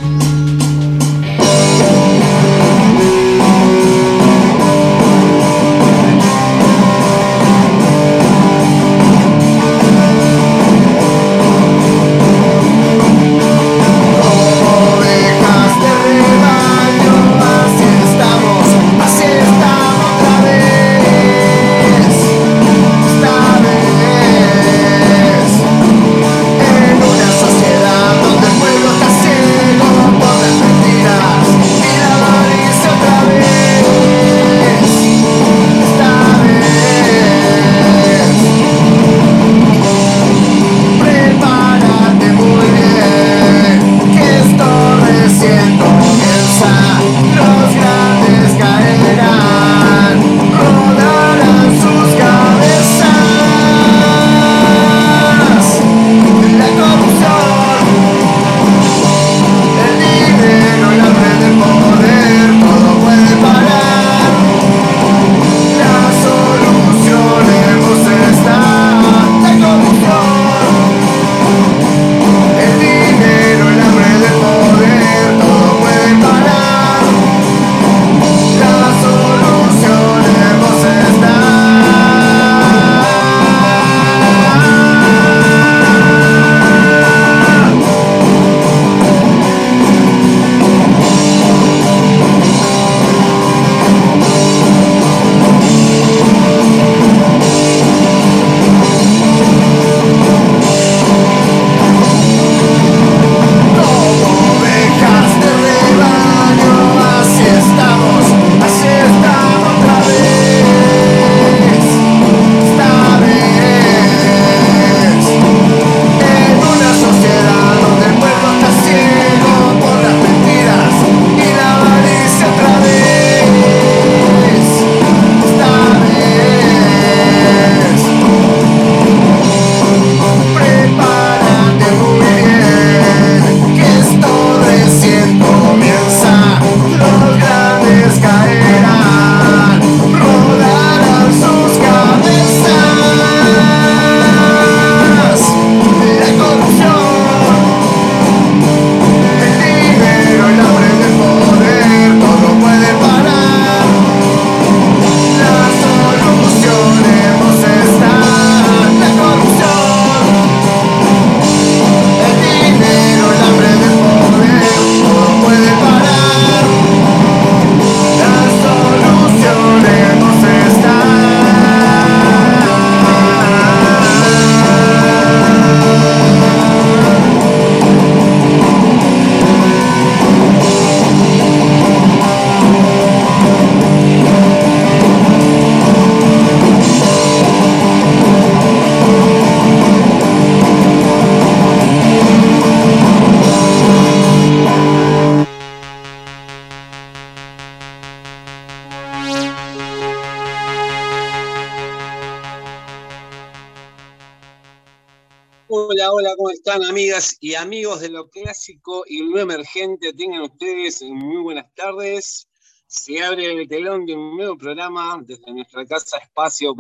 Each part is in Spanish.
Hola, hola, ¿cómo están, amigas y amigos de lo clásico y lo emergente? Tengan ustedes muy buenas tardes. Se abre el telón de un nuevo programa desde nuestra casa espacio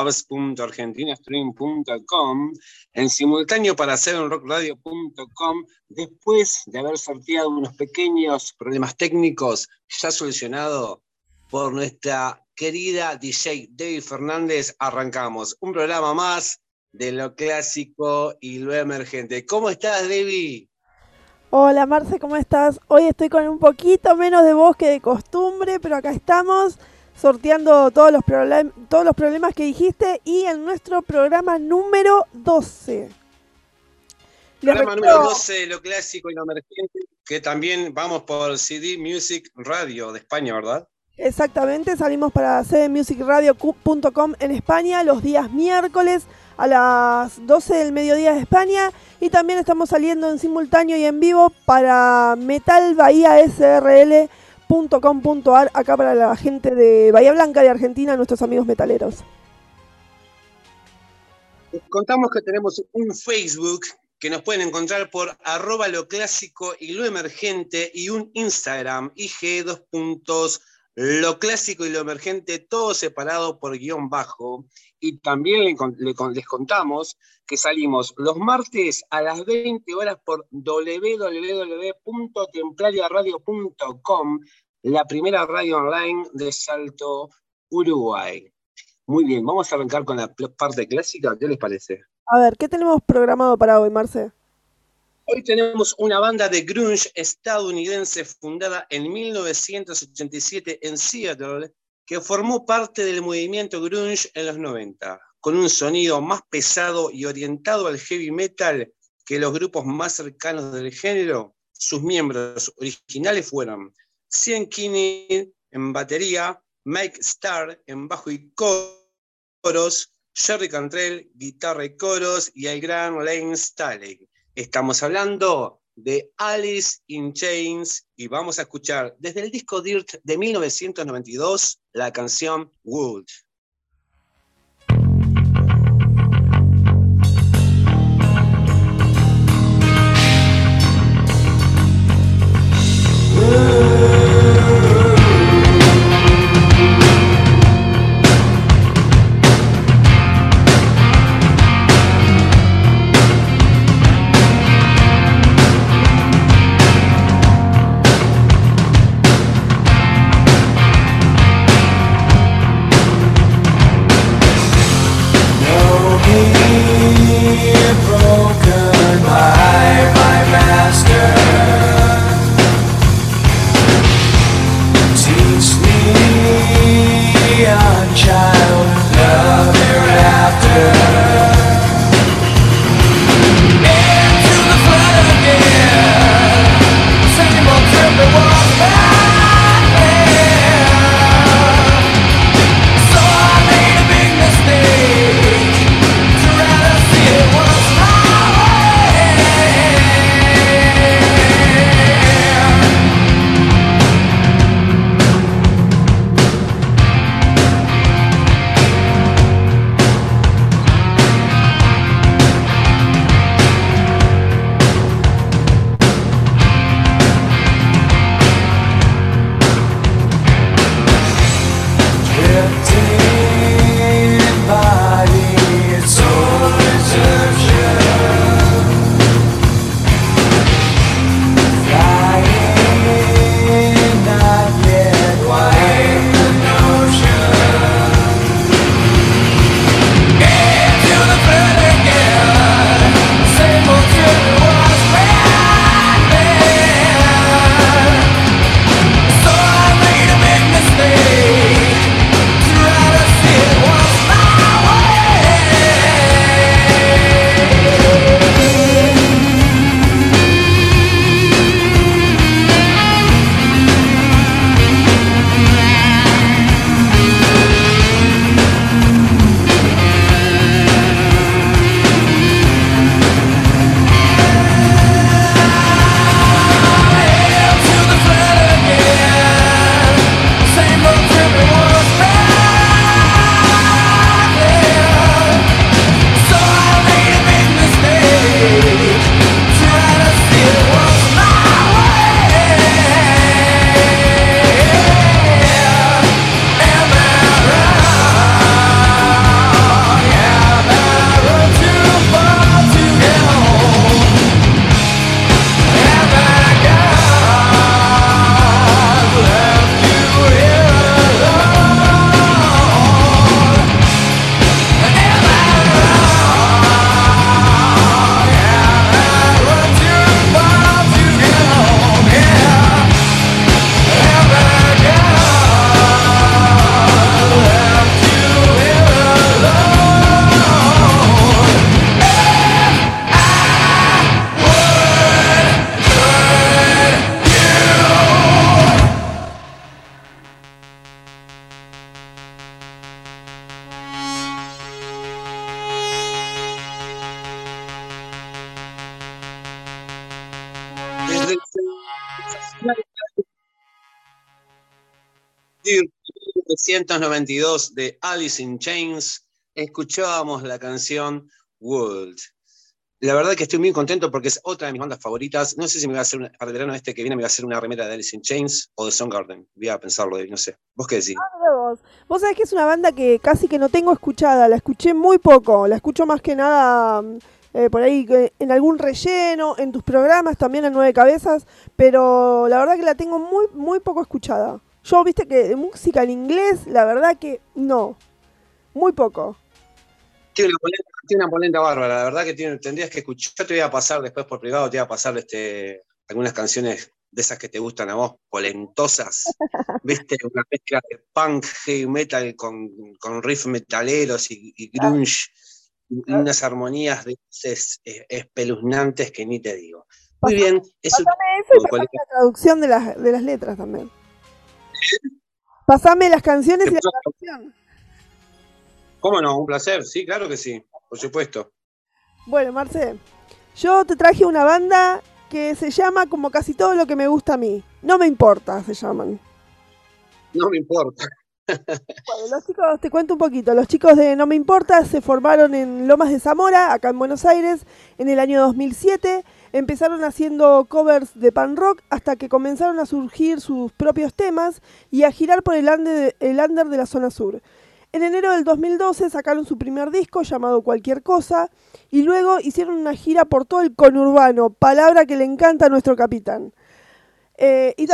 baobabs.argentinastream.com en simultáneo para hacerunrockradio.com, después de haber sorteado unos pequeños problemas técnicos ya solucionados por nuestra querida DJ Debbie Fernández. Arrancamos un programa más de lo clásico y lo emergente. ¿Cómo estás, Debbie? Hola, Marce, ¿cómo estás? Hoy estoy con un poquito menos de voz que de costumbre, pero acá estamos sorteando todos los problemas que dijiste y en nuestro programa número 12. Programa número 12 de lo clásico y lo emergente, que también vamos por CD Music Radio de España, ¿verdad? Exactamente, salimos para cdmusicradio.com en España los días miércoles a las 12 del mediodía de España, y también estamos saliendo en simultáneo y en vivo para metalbahiasrl.com.ar, acá para la gente de Bahía Blanca de Argentina, nuestros amigos metaleros. Les contamos que tenemos un Facebook que nos pueden encontrar por @lo clásico y lo emergente, y un Instagram, IG lo clásico y lo emergente, todo separado por guión bajo. Y también les contamos que salimos los martes a las 20 horas por www.templariaradio.com, la primera radio online de Salto, Uruguay. Muy bien, vamos a arrancar con la parte clásica. ¿Qué les parece? A ver, ¿qué tenemos programado para hoy, Marce? Hoy tenemos una banda de grunge estadounidense fundada en 1987 en Seattle, que formó parte del movimiento grunge en los 90, con un sonido más pesado y orientado al heavy metal que los grupos más cercanos del género. Sus miembros originales fueron Sean Kinney en batería, Mike Starr en bajo y coros, Jerry Cantrell, guitarra y coros, y el gran Lane Staley. Estamos hablando de Alice in Chains y vamos a escuchar desde el disco Dirt de 1992 la canción Wood. Desde el 1992 de Alice in Chains, escuchábamos la canción World. la verdad que estoy muy contento porque es otra de mis bandas favoritas. No sé si me voy a hacer, para el verano que viene, me voy a hacer una remera de Alice in Chains o de Soundgarden. Voy a pensarlo, no sé. ¿Vos qué decís? Vos sabés que es una banda que casi que no tengo escuchada, la escuché muy poco, la escucho más que nada por ahí en algún relleno, en tus programas también en Nueve Cabezas, pero la verdad que la tengo muy, muy poco escuchada. Yo, viste que de música en inglés, la verdad que no, muy poco. Tiene una polenta bárbara, la verdad que tendrías que escuchar. Yo te voy a pasar después por privado, te voy a pasar algunas canciones de esas que te gustan a vos, polentosas, viste, una mezcla de punk, heavy metal con riff metaleros y grunge, y unas armonías de voces espeluznantes que ni te digo. Muy bien, eso Pasame eso y pasame la traducción de las letras también. Pasame las canciones y la traducción. ¿Cómo no? Un placer, sí, claro que sí, por supuesto. Bueno, Marce, yo te traje una banda que se llama como casi todo lo que me gusta a mí. No me importa, se llaman. No me importa. Bueno, los chicos, te cuento un poquito. Los chicos de No Me Importa se formaron en Lomas de Zamora, acá en Buenos Aires, en el año 2007. Empezaron haciendo covers de pan rock hasta que comenzaron a surgir sus propios temas y a girar por el under de la zona sur. En enero del 2012 sacaron su primer disco llamado Cualquier Cosa y luego hicieron una gira por todo el conurbano, palabra que le encanta a nuestro capitán. Y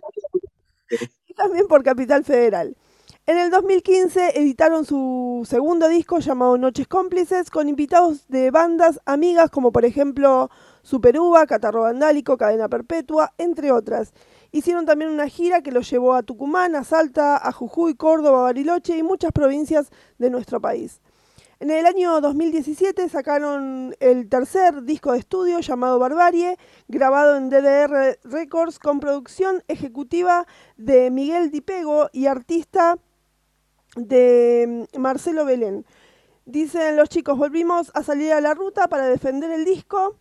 también por Capital Federal. En el 2015 editaron su segundo disco llamado Noches Cómplices con invitados de bandas amigas como por ejemplo Superuva, Catarro Vandálico, Cadena Perpetua, entre otras. Hicieron también una gira que los llevó a Tucumán, a Salta, a Jujuy, Córdoba, Bariloche y muchas provincias de nuestro país. En el año 2017 sacaron el tercer disco de estudio llamado Barbarie, grabado en DDR Records con producción ejecutiva de Miguel Dipego y artista de Marcelo Belén. Dicen los chicos, volvimos a salir a la ruta para defender el disco.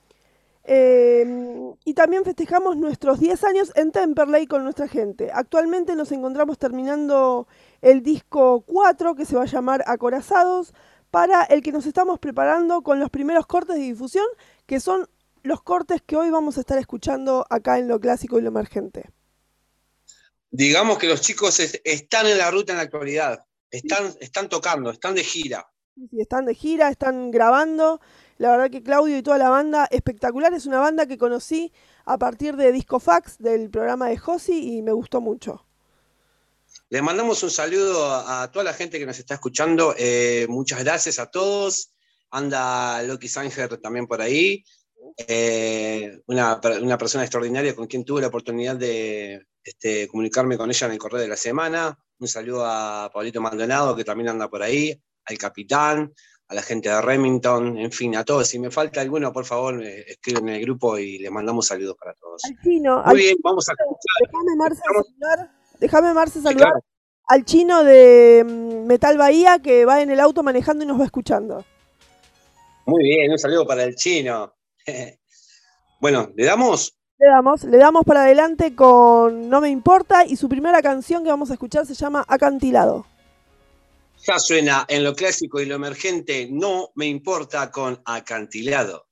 Y también festejamos nuestros 10 años en Temperley con nuestra gente. Actualmente nos encontramos terminando el disco 4 que se va a llamar Acorazados, para el que nos estamos preparando con los primeros cortes de difusión, que son los cortes que hoy vamos a estar escuchando acá en Lo Clásico y Lo Emergente. Digamos que los chicos están en la ruta en la actualidad, están tocando, están de gira. Sí, están de gira, están grabando. La verdad que Claudio y toda la banda, espectacular. Es una banda que conocí a partir de Discofax, del programa de Josi, y me gustó mucho. Les mandamos un saludo a toda la gente que nos está escuchando. Muchas gracias a todos. Anda Loki Sanger también por ahí. Una persona extraordinaria con quien tuve la oportunidad de comunicarme con ella en el correo de la semana. Un saludo a Pablito Maldonado, que también anda por ahí, al capitán, a la gente de Remington, en fin, a todos. Si me falta alguno, por favor, escriben en el grupo y les mandamos saludos para todos. Al chino. Muy bien, vamos a escuchar. Déjame, Marce, saludar al chino de Metal Bahía, que va en el auto manejando y nos va escuchando. Muy bien, un saludo para el chino. Bueno, ¿le damos? Le damos para adelante con No Me Importa, y su primera canción que vamos a escuchar se llama Acantilado. Ya suena en Lo Clásico y Lo Emergente, No Me Importa con Acantilado.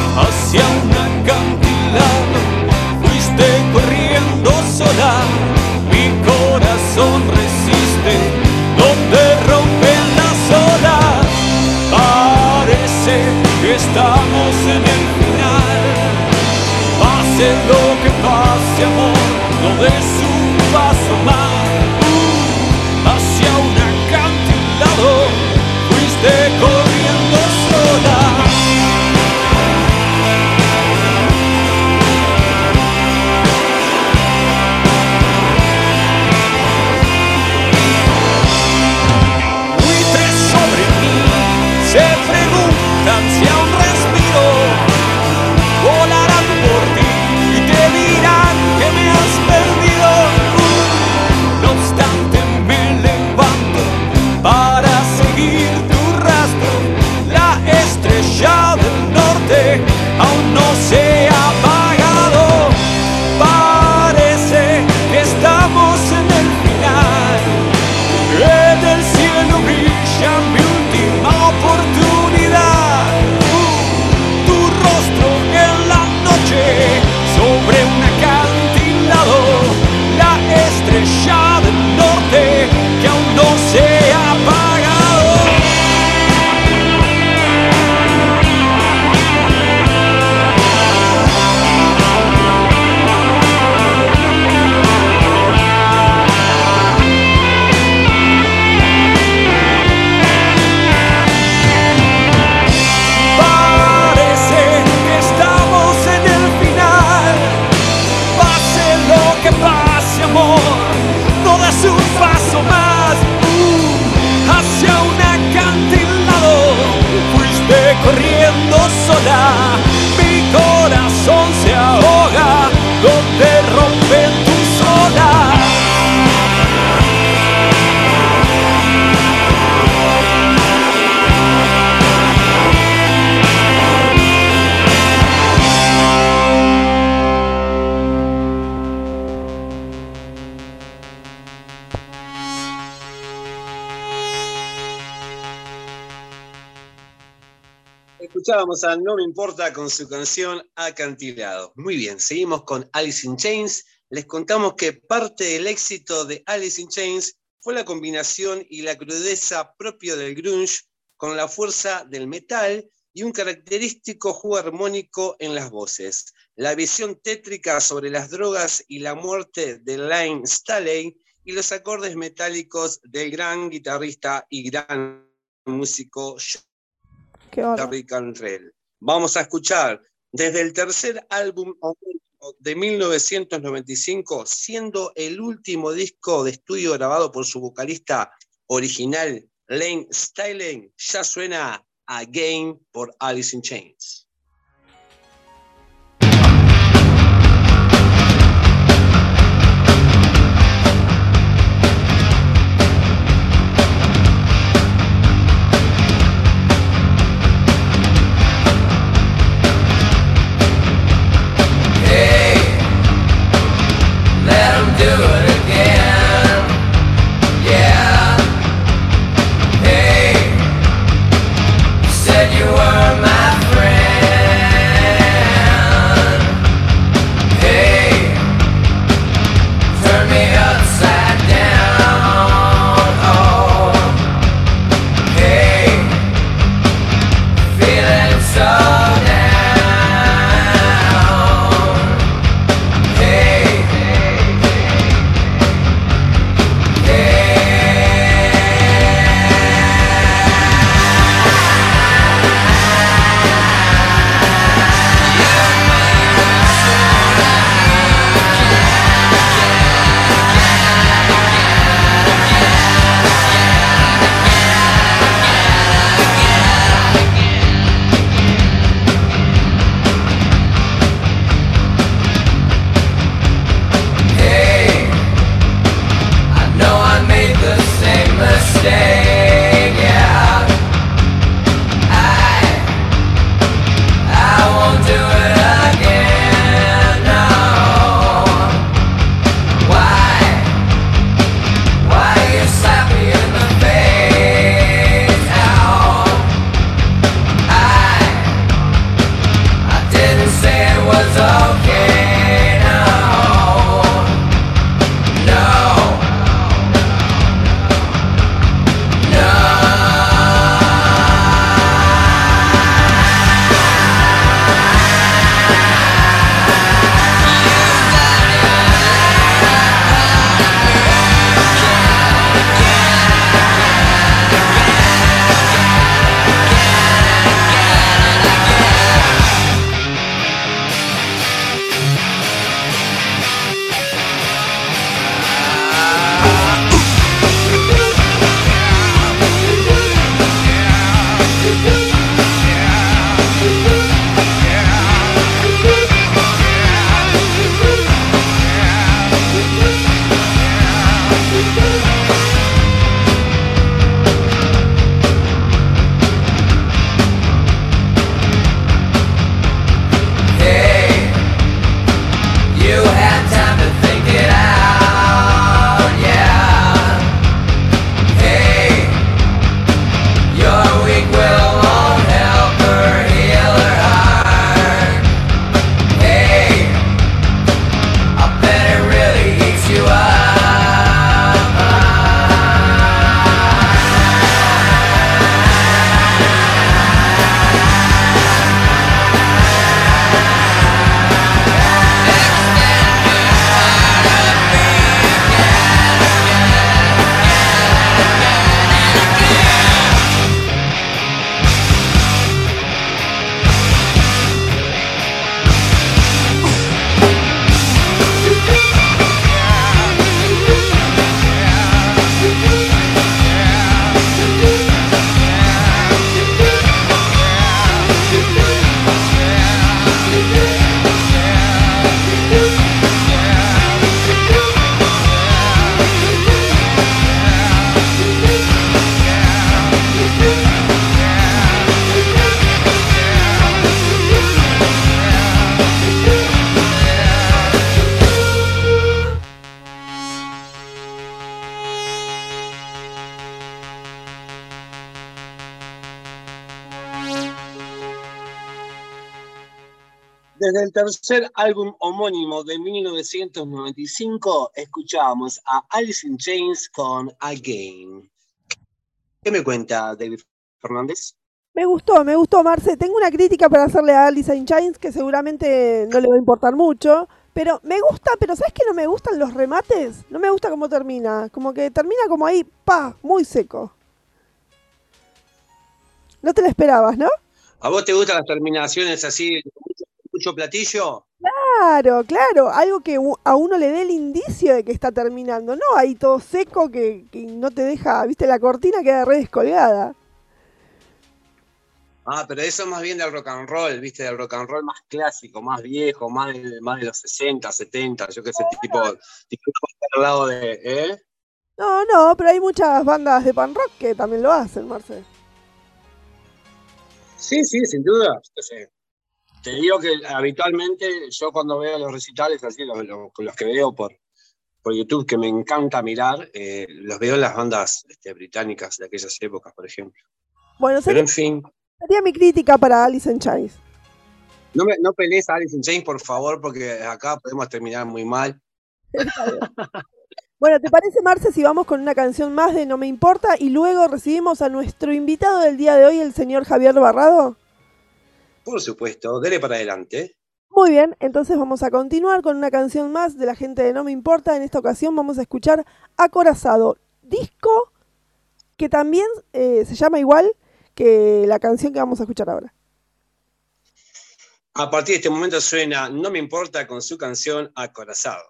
Hacia un acantilado fuiste corriendo sola. estrella del norte aún no se ha apagado. Parece que estamos en el final. En el cielo brilla mi última oportunidad. Tu rostro en la noche sobre un acantilado, la estrella del norte que aún no se ha apagado. No das un paso más hacia un acantilado. Fuiste corriendo sola, mi corazón se ahoga donde rompen tus olas. Escuchábamos a No Me Importa con su canción Acantilado. Muy bien, seguimos con Alice in Chains. Les contamos que parte del éxito de Alice in Chains fue la combinación y la crudeza propio del grunge con la fuerza del metal y un característico juego armónico en las voces. La visión tétrica sobre las drogas y la muerte de Lane Staley y los acordes metálicos del gran guitarrista y gran músico Jerry Cantrell. Vamos a escuchar desde el tercer álbum de 1995, siendo el último disco de estudio grabado por su vocalista original, Lane Staley, ya suena Again por Alice in Chains. Do it again, yeah. Hey, you said you were my friend. Desde el tercer álbum homónimo de 1995, escuchábamos a Alice in Chains con Again. ¿Qué me cuenta David Fernández? Me gustó, Marce. Tengo una crítica para hacerle a Alice in Chains que seguramente no le va a importar mucho. Pero me gusta, pero ¿sabes qué no me gustan los remates? No me gusta cómo termina. Como que termina como ahí, pa, muy seco. No te lo esperabas, ¿no? ¿A vos te gustan las terminaciones así, mucho platillo? Claro, claro. Algo que a uno le dé el indicio de que está terminando. No ahí todo seco que no te deja, viste, la cortina queda re descolgada. Ah, pero eso es más bien del rock and roll, ¿viste? Del rock and roll más clásico, más viejo, más de los 60, 70, yo qué sé, tipo al lado de, ¿eh? No, no, pero hay muchas bandas de pan rock que también lo hacen, Marce. Sí, sí, sin duda. Yo sé. Te digo que habitualmente yo cuando veo los recitales, así, los que veo por YouTube, que me encanta mirar, los veo en las bandas británicas de aquellas épocas, por ejemplo. Bueno, Pero en fin, sería mi crítica para Alice in Chains. no pelees a Alice in Chains, por favor, porque acá podemos terminar muy mal. Bueno, ¿te parece, Marce, si vamos con una canción más de No Me Importa y luego recibimos a nuestro invitado del día de hoy, el señor Javier Barrado? Por supuesto, dele para adelante. Muy bien, entonces vamos a continuar con una canción más de la gente de No Me Importa. En esta ocasión vamos a escuchar Acorazado, disco que también se llama igual que la canción que vamos a escuchar ahora. A partir de este momento suena No Me Importa con su canción Acorazado.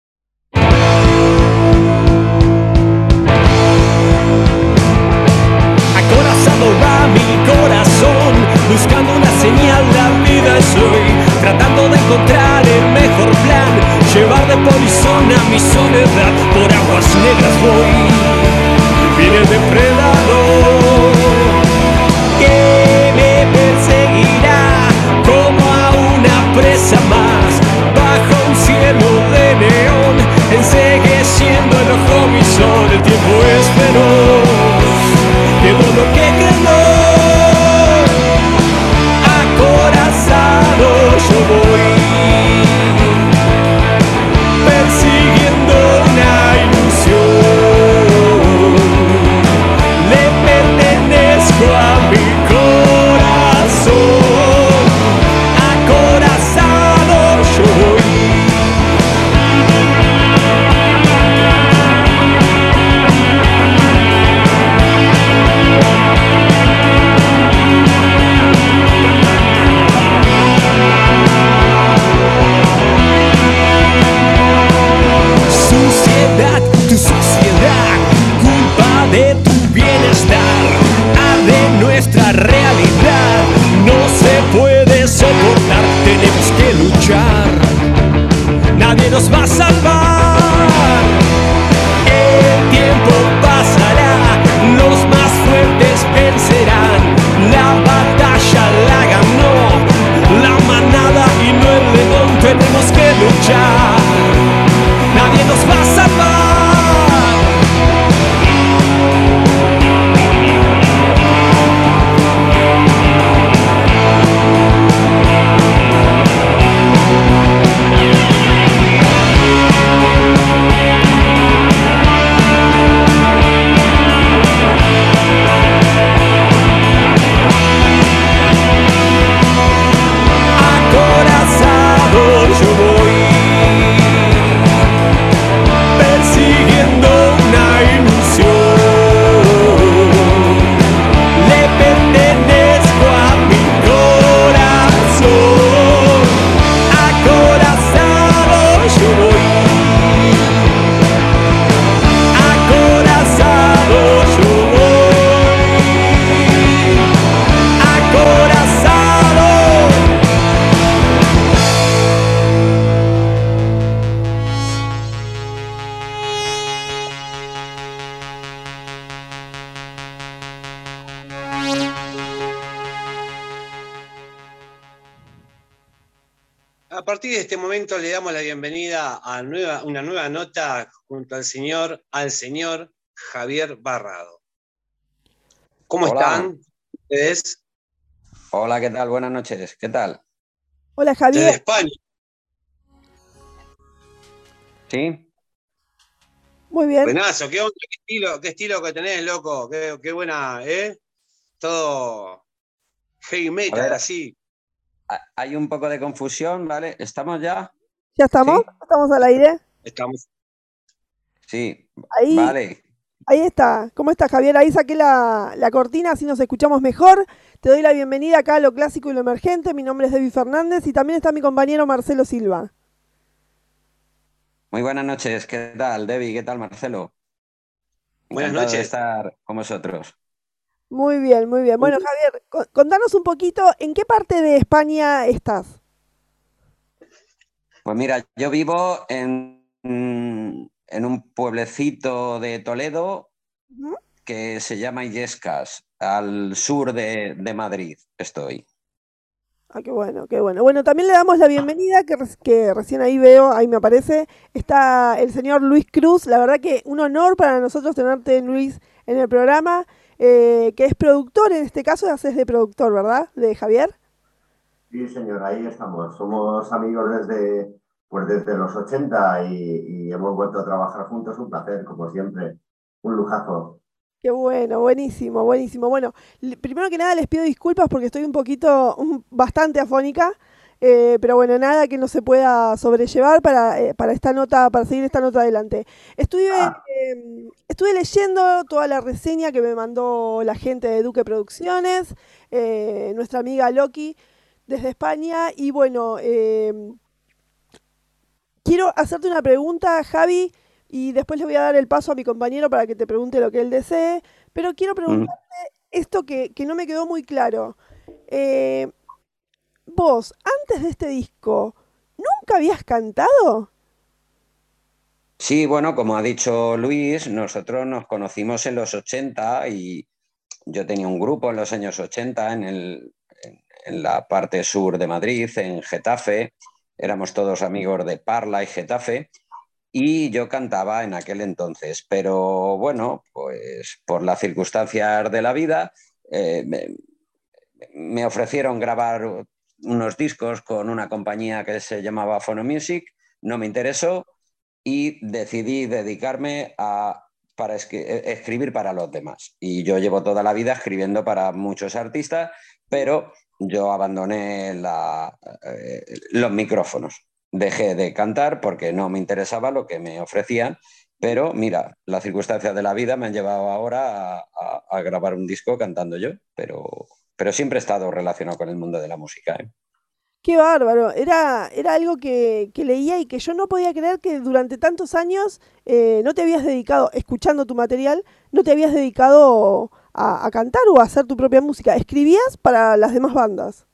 Acorazado va mi corazón, buscando una señal, la vida soy, tratando de encontrar el mejor plan, llevar de polizón a mi soledad, por aguas negras voy, viene el depredador, que me perseguirá como a una presa más, bajo un cielo de neón, encegueciendo el ojo visor, el tiempo es feroz. Llevo lo que creo, acorazado yo voy, persiguiendo una ilusión, le pertenezco a mi corazón, acorazado yo voy. Tu sociedad, culpa de tu bienestar, arde nuestra realidad, no se puede soportar, tenemos que luchar, nadie nos va a salvar, el tiempo pasará, los más fuertes vencerán, la batalla la ganó, la manada y no el león, tenemos que luchar. Nadie nos va a salvar. Acorazado yo voy, persiguiendo una ilusión, le pertenezco a mi corazón, acorazado yo voy, acorazado yo voy, acorazado. A partir de este momento le damos la bienvenida a una nueva nota junto al señor Javier Barrado. ¿Cómo Hola. están ustedes? Hola, ¿qué tal? Buenas noches. ¿Qué tal? Hola Desde Javier. España. ¿Sí? Muy bien. Buenazo, qué onda, qué estilo que tenés, loco. Qué buena, ¿eh? Todo heavy A metal, ver, así. hay un poco de confusión, ¿vale? ¿Estamos ya? ¿Ya estamos? ¿Sí? ¿Estamos al aire? Estamos. Sí, Ahí, vale. ahí está. ¿Cómo estás, Javier? Ahí saqué la cortina, así nos escuchamos mejor. Te doy la bienvenida acá a Lo Clásico y Lo Emergente. Mi nombre es Debbie Fernández y también está mi compañero Marcelo Silva. Muy buenas noches. ¿Qué tal, Debbie? ¿Qué tal, Marcelo? Buenas Encantado de noches. estar con vosotros. Muy bien, muy bien. Bueno, Javier, contanos un poquito, ¿en qué parte de España estás? Pues mira, yo vivo en un pueblecito de Toledo Ujú. que se llama Illescas, al sur de Madrid estoy. Ah, qué bueno, qué bueno. Bueno, también le damos la bienvenida, que recién ahí veo, ahí me aparece, está el señor Luis Cruz. La verdad que un honor para nosotros tenerte, Luis, en el programa, que es productor, en este caso haces de productor, ¿verdad? De Javier. Sí, señor, ahí estamos. Somos amigos desde los 80 y hemos vuelto a trabajar juntos. Un placer, como siempre. Un lujazo. Qué bueno, buenísimo, buenísimo. Bueno, primero que nada les pido disculpas porque estoy un poquito, bastante afónica, pero bueno, nada que no se pueda sobrellevar para esta nota, para seguir esta nota adelante. Ah, Estuve leyendo toda la reseña que me mandó la gente de Duque Producciones, nuestra amiga Loki desde España, y bueno, quiero hacerte una pregunta, Javi, y después le voy a dar el paso a mi compañero para que te pregunte lo que él desee, pero quiero Mm. preguntarte esto que no me quedó muy claro. Eh, Vos, antes de este disco, ¿nunca habías cantado? Sí, bueno, como ha dicho Luis, nosotros nos conocimos en los 80 y yo tenía un grupo en los años 80 en la parte sur de Madrid, en Getafe. Éramos todos amigos de Parla y Getafe. Y yo cantaba en aquel entonces, pero bueno, pues por las circunstancias de la vida me ofrecieron grabar unos discos con una compañía que se llamaba Phono Music, no me interesó y decidí dedicarme para escribir para los demás. Y yo llevo toda la vida escribiendo para muchos artistas, pero yo abandoné los micrófonos. Dejé de cantar porque no me interesaba lo que me ofrecían, pero mira, las circunstancias de la vida me han llevado ahora a grabar un disco cantando yo, pero siempre he estado relacionado con el mundo de la música, ¿eh? Qué bárbaro, era algo que leía y que yo no podía creer que durante tantos años no te habías dedicado, escuchando tu material, no te habías dedicado a cantar o a hacer tu propia música. Escribías para las demás bandas.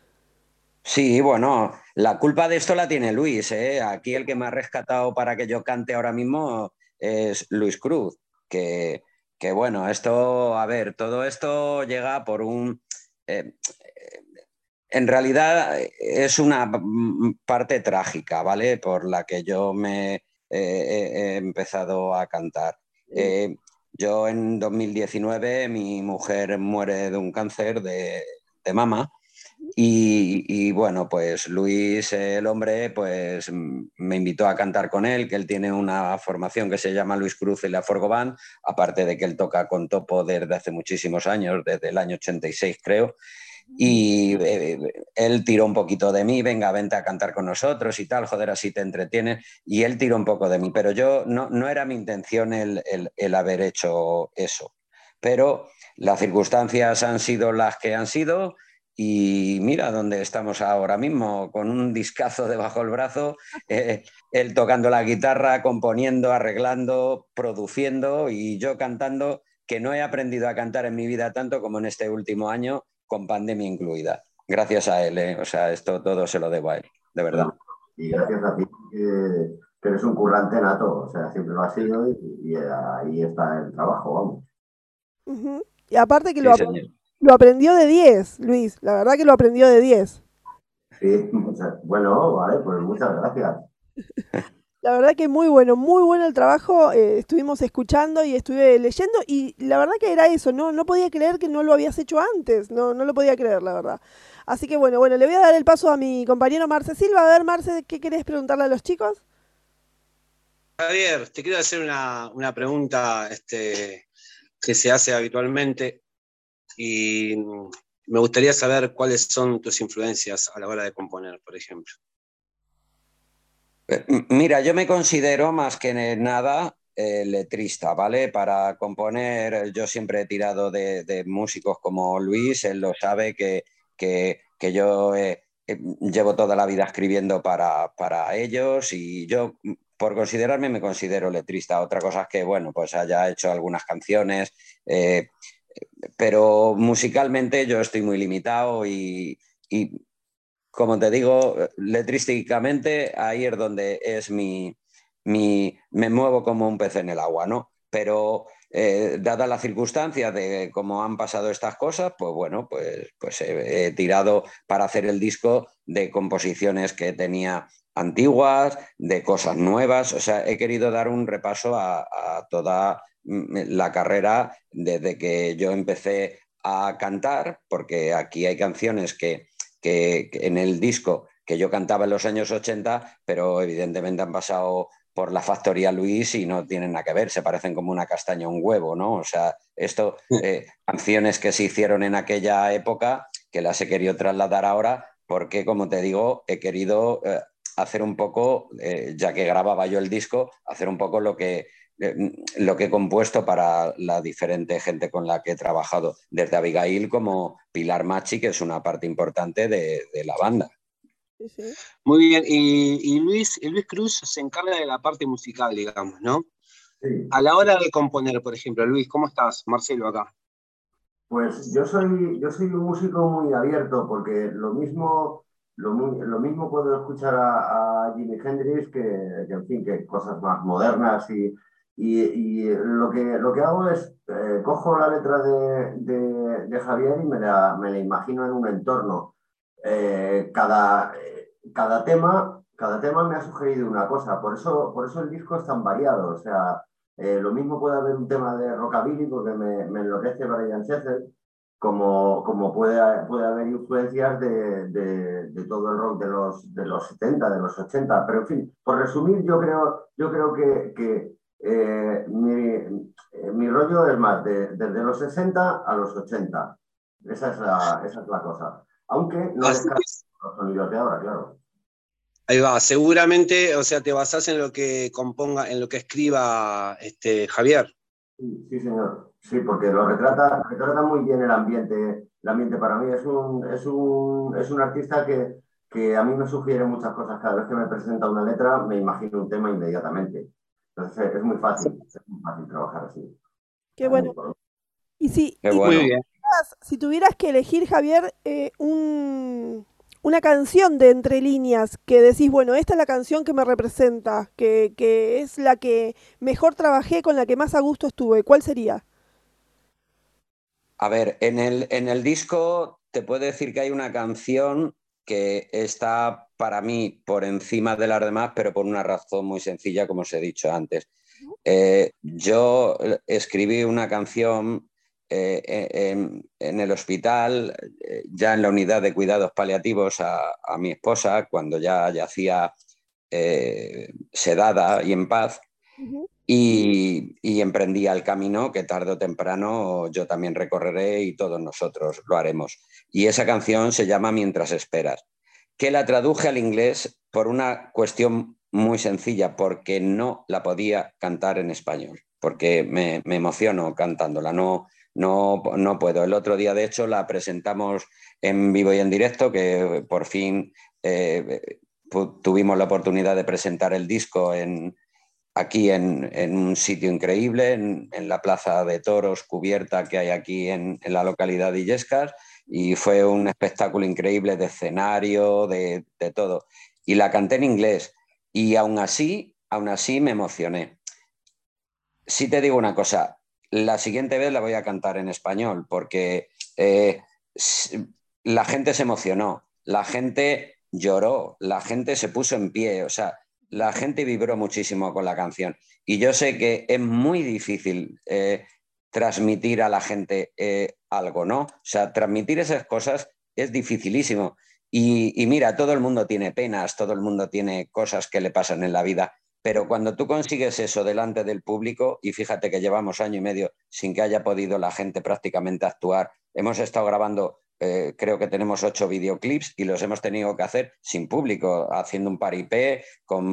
Sí, bueno, la culpa de esto la tiene Luis, ¿eh? Aquí el que me ha rescatado para que yo cante ahora mismo es Luis Cruz, que bueno, esto, a ver, todo esto llega por eh, en realidad es una parte trágica, ¿vale? Por la que yo he empezado a cantar. Eh, yo en 2019 mi mujer muere de un cáncer de mama y bueno, pues Luis, el hombre, pues me invitó a cantar con él, que él tiene una formación que se llama Luis Cruz y la Forgo Band, aparte de que él toca con Topo desde hace muchísimos años, desde el año 86 creo, y él tiró un poquito de mí, venga, vente a cantar con nosotros y tal, joder, así te entretienes, y él tiró un poco de mí, pero yo no era mi intención el haber hecho eso, pero las circunstancias han sido las que han sido y mira dónde estamos ahora mismo, con un discazo debajo del brazo, él tocando la guitarra, componiendo, arreglando, produciendo y yo cantando, que no he aprendido a cantar en mi vida tanto como en este último año, con pandemia incluida. Gracias a él, ¿eh? O sea, esto todo se lo debo a él, de verdad. bueno, y gracias a ti, que eres un currante nato. O sea, siempre lo has sido y ahí está el trabajo, vamos. Ujú. Y aparte que Sí, señor. lo aprendió de 10, Luis. La verdad que lo aprendió de 10. Sí, bueno, vale, pues muchas gracias. La verdad que muy bueno el trabajo, estuvimos escuchando y estuve leyendo y la verdad que era eso, no podía creer que no lo habías hecho antes, no lo podía creer, la verdad. Así que bueno, le voy a dar el paso a mi compañero Marce Silva. A ver, Marce, ¿qué querés preguntarle a los chicos? Javier, te quiero hacer una pregunta que se hace habitualmente y me gustaría saber cuáles son tus influencias a la hora de componer, por ejemplo. Mira, yo me considero más que nada letrista, ¿vale? Para componer, yo siempre he tirado de músicos como Luis, él lo sabe que yo llevo toda la vida escribiendo para ellos y yo, por considerarme, me considero letrista. Otra cosa es que, bueno, pues haya hecho algunas canciones, eh, pero musicalmente yo estoy muy limitado y como te digo, letrísticamente ahí es donde es me muevo como un pez en el agua, ¿no? Pero dadas las circunstancias de cómo han pasado estas cosas, pues bueno, pues he tirado para hacer el disco de composiciones que tenía antiguas, de cosas nuevas, o sea, he querido dar un repaso a toda la carrera desde que yo empecé a cantar, porque aquí hay canciones que en el disco que yo cantaba en los años 80, pero evidentemente han pasado por la factoría Luis y no tienen nada que ver, se parecen como una castaña a un huevo, ¿no? O sea, esto, canciones que se hicieron en aquella época, que las he querido trasladar ahora, porque, como te digo, he querido hacer un poco, ya que grababa yo el disco, hacer un poco lo que he compuesto para la diferente gente con la que he trabajado, desde Abigail como Pilar Machi, que es una parte importante de la banda. Sí, sí. Muy bien, y Luis Cruz se encarga de la parte musical, digamos, ¿no? Sí. A la hora de componer, por ejemplo, Luis, ¿cómo estás? Marcelo acá. Pues yo soy un músico muy abierto porque lo mismo puedo escuchar a Jimi Hendrix que, en fin, que cosas más modernas y lo que hago es cojo la letra de Javier y me la imagino en un entorno. Cada tema me ha sugerido una cosa, por eso el disco es tan variado, o sea. Lo mismo puede haber un tema de rockabilly porque me enloquece Brian Setzer, como puede haber influencias de todo el rock de los 70, de los 80. Pero en fin, por resumir, yo creo que mi rollo es más desde los 60 a los 80. Esa es la cosa. Aunque no Así descarto que, los sonidos de ahora, claro. ahí va, seguramente, o sea, te basás en lo que componga, en lo que escriba Javier. Sí, sí, señor. Sí, porque lo retrata muy bien el ambiente. El ambiente para mí es un artista que a mí me sugiere muchas cosas. Cada vez que me presenta una letra, me imagino un tema inmediatamente. Entonces es muy fácil trabajar así. Qué bueno. Y si, Qué y Muy bueno. bien. si tuvieras que elegir, Javier, una canción de Entre Líneas que decís, bueno, esta es la canción que me representa, que es la que mejor trabajé, con la que más a gusto estuve, ¿cuál sería? A ver, en el disco te puedo decir que hay una canción que está para mí por encima de las demás, pero por una razón muy sencilla, como os he dicho antes. Yo escribí una canción en el hospital, ya en la unidad de cuidados paliativos a mi esposa, cuando ya yacía sedada y en paz, Ujú. y emprendía el camino que tarde o temprano yo también recorreré y todos nosotros lo haremos. Y esa canción se llama Mientras esperas, que la traduje al inglés por una cuestión muy sencilla, porque no la podía cantar en español, porque me emociono cantándola, no puedo. El otro día, de hecho, la presentamos en vivo y en directo, que por fin tuvimos la oportunidad de presentar el disco aquí en un sitio increíble, en la Plaza de Toros cubierta que hay aquí en la localidad de Illescas, y fue un espectáculo increíble de escenario, de todo. Y la canté en inglés y aún así me emocioné. Sí te digo una cosa, la siguiente vez la voy a cantar en español porque eh, la gente se emocionó, la gente lloró, la gente se puso en pie, o sea, la gente vibró muchísimo con la canción. Y yo sé que es muy difícil transmitir a la gente algo, ¿no? O sea, transmitir esas cosas es dificilísimo. Y mira, todo el mundo tiene penas, todo el mundo tiene cosas que le pasan en la vida, pero cuando tú consigues eso delante del público, y fíjate que llevamos año y medio sin que haya podido la gente prácticamente actuar, hemos estado grabando, creo que tenemos 8 videoclips y los hemos tenido que hacer sin público, haciendo un paripé,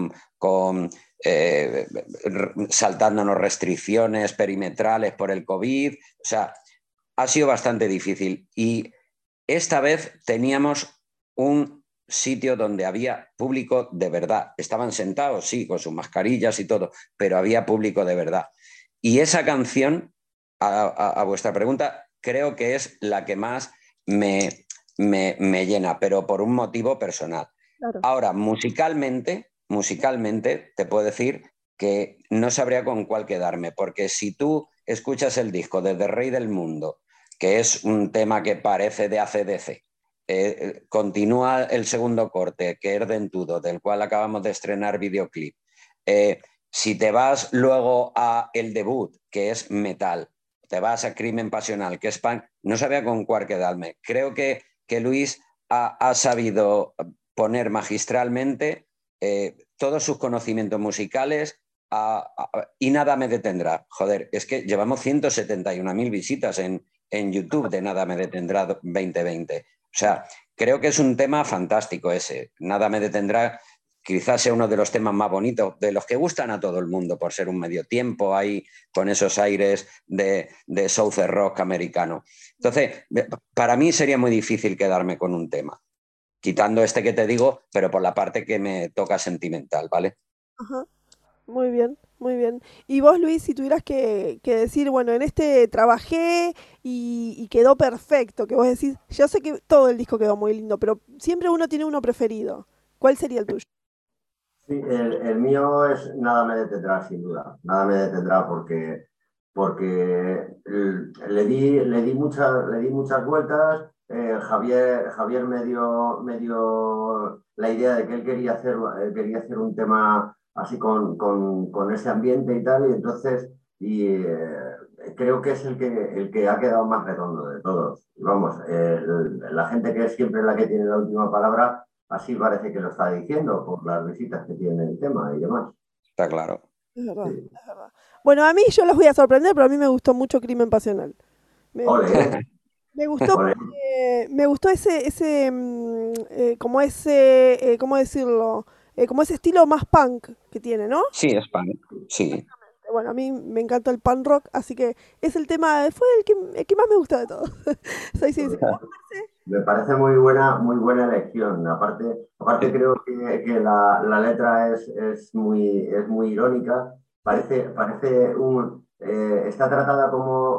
saltándonos restricciones perimetrales por el COVID. O sea, ha sido bastante difícil. Y esta vez teníamos un sitio donde había público de verdad. Estaban sentados, sí, con sus mascarillas y todo, pero había público de verdad. Y esa canción, a vuestra pregunta, creo que es la que más me llena, pero por un motivo personal. Claro. Ahora, musicalmente, te puedo decir que no sabría con cuál quedarme, porque si tú escuchas el disco de The Rey del Mundo, que es un tema que parece de AC/DC, continúa el segundo corte, que es Dentudo, del cual acabamos de estrenar videoclip. Si te vas luego a el debut, que es metal, te vas a Crimen Pasional, que es punk, no sabía con cuál quedarme. Creo que Luis ha sabido poner magistralmente todos sus conocimientos musicales y nada me detendrá. Joder, es que llevamos 171.000 visitas en YouTube de Nada me detendrá 2020. O sea, creo que es un tema fantástico ese. Nada me detendrá, quizás sea uno de los temas más bonitos, de los que gustan a todo el mundo, por ser un medio tiempo ahí, con esos aires de Southern rock americano. Entonces, para mí sería muy difícil quedarme con un tema, quitando este que te digo, pero por la parte que me toca sentimental, ¿vale? Ajá. Muy bien, muy bien. Y vos, Luis, si tuvieras que decir, bueno, en este trabajé y quedó perfecto, que vos decís, yo sé que todo el disco quedó muy lindo, pero siempre uno tiene uno preferido. ¿Cuál sería el tuyo? Sí, el mío es Nada me detendrá, sin duda. Nada me detendrá porque le di muchas vueltas. Javier me dio la idea de que él quería hacer un tema así con ese ambiente y tal, y entonces creo que es el que ha quedado más redondo de todos. Vamos, la gente que es siempre la que tiene la última palabra. Así parece que lo está diciendo por las visitas que tiene el tema y demás. Está claro. Es verdad, Sí. es verdad. Bueno, a mí yo los voy a sorprender, pero a mí me gustó mucho Crimen Pasional. Me, Ole, me gustó ole. porque me gustó ¿cómo decirlo? Como ese estilo más punk que tiene, ¿no? Sí, es punk, sí. Bueno, a mí me encanta el punk rock, así que es el tema, fue el que más me gustó de todos. Soy sincera. ¿Vos, Marce? Me parece muy buena elección. Aparte creo que la letra es muy irónica. Sí, Está tratada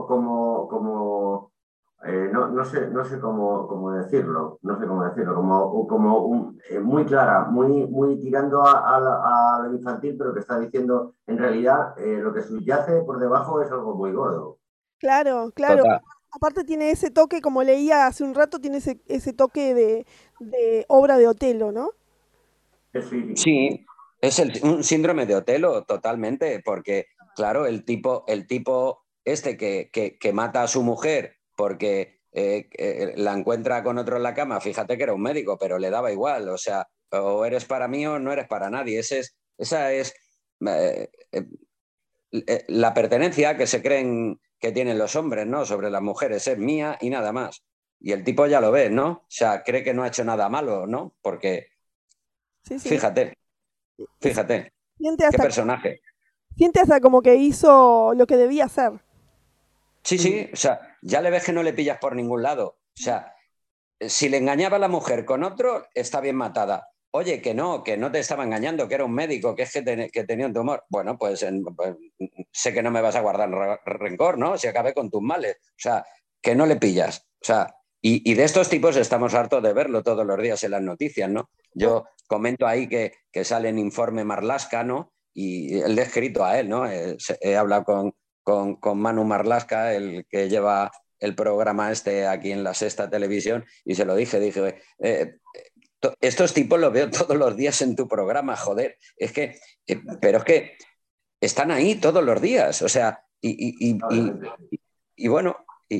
no sé cómo decirlo, no sé cómo decirlo, muy clara, muy tirando a lo infantil, pero que está diciendo, en realidad, lo que subyace por debajo es algo muy gordo. claro, claro. Total. Aparte tiene ese toque, como leía hace un rato, tiene ese toque de obra de Otelo, ¿no? Sí, Sí, es un síndrome de Otelo totalmente, porque claro, el tipo este que mata a su mujer porque la encuentra con otro en la cama, fíjate que era un médico, pero le daba igual, o sea, o eres para mí o no eres para nadie. Esa es eh, la pertenencia que se creen que tienen los hombres, ¿no? Sobre las mujeres, es mía y nada más. Y el tipo ya lo ve, ¿no? O sea, cree que no ha hecho nada malo, ¿no? Porque Sí, sí. fíjate. Es- Fíjate, siente qué hasta, personaje. siente hasta como que hizo lo que debía hacer. Sí, sí, o sea, ya le ves que no le pillas por ningún lado. O sea, si le engañaba a la mujer con otro, está bien matada. Oye, que no te estaba engañando, que era un médico, que es que tenía un tumor. Bueno, pues sé que no me vas a guardar rencor, ¿no? Si acabé con tus males. O sea, que no le pillas. O sea, y de estos tipos estamos hartos de verlo todos los días en las noticias, ¿no? Yo comento ahí que sale en Informe Marlaska, ¿no? Y él le he escrito a él, ¿no? He hablado con Manu Marlaska, el que lleva el programa este aquí en la Sexta Televisión, y se lo dije, Estos tipos los veo todos los días en tu programa, joder. Pero es que están ahí todos los días, o sea, y bueno,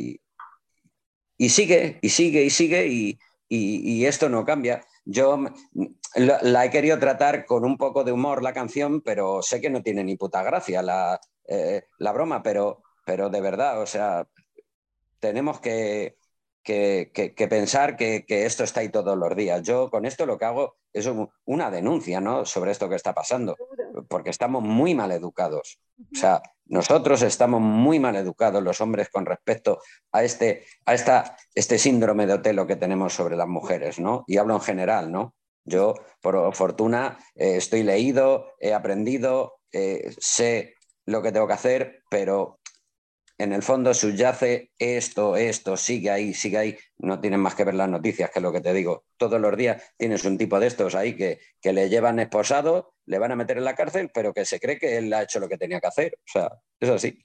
y sigue, y sigue, y sigue, y esto no cambia. Yo la he querido tratar con un poco de humor la canción, pero sé que no tiene ni puta gracia la broma, pero de verdad, o sea, tenemos que pensar que esto está ahí todos los días. Yo con esto lo que hago es una denuncia, ¿no?, sobre esto que está pasando, porque estamos muy mal educados. O sea, nosotros estamos muy mal educados los hombres con respecto a este síndrome de Otelo que tenemos sobre las mujeres, ¿no? Y hablo en general, ¿no? Yo, por fortuna, estoy leído, he aprendido, sé lo que tengo que hacer, pero en el fondo subyace esto, sigue ahí. No tienes más que ver las noticias, que es lo que te digo. Todos los días tienes un tipo de estos ahí que le llevan esposado, le van a meter en la cárcel, pero que se cree que él ha hecho lo que tenía que hacer. O sea, es así.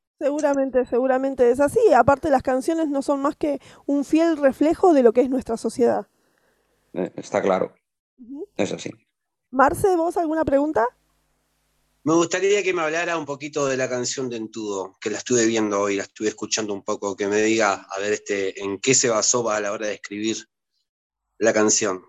Seguramente es así. Aparte, las canciones no son más que un fiel reflejo de lo que es nuestra sociedad. Está claro. Ujú. Es así. Marce, ¿vos alguna pregunta? Me gustaría que me hablara un poquito de la canción de Entudo, que la estuve viendo hoy, la estuve escuchando un poco, que me diga, a ver, en qué se basó a la hora de escribir la canción.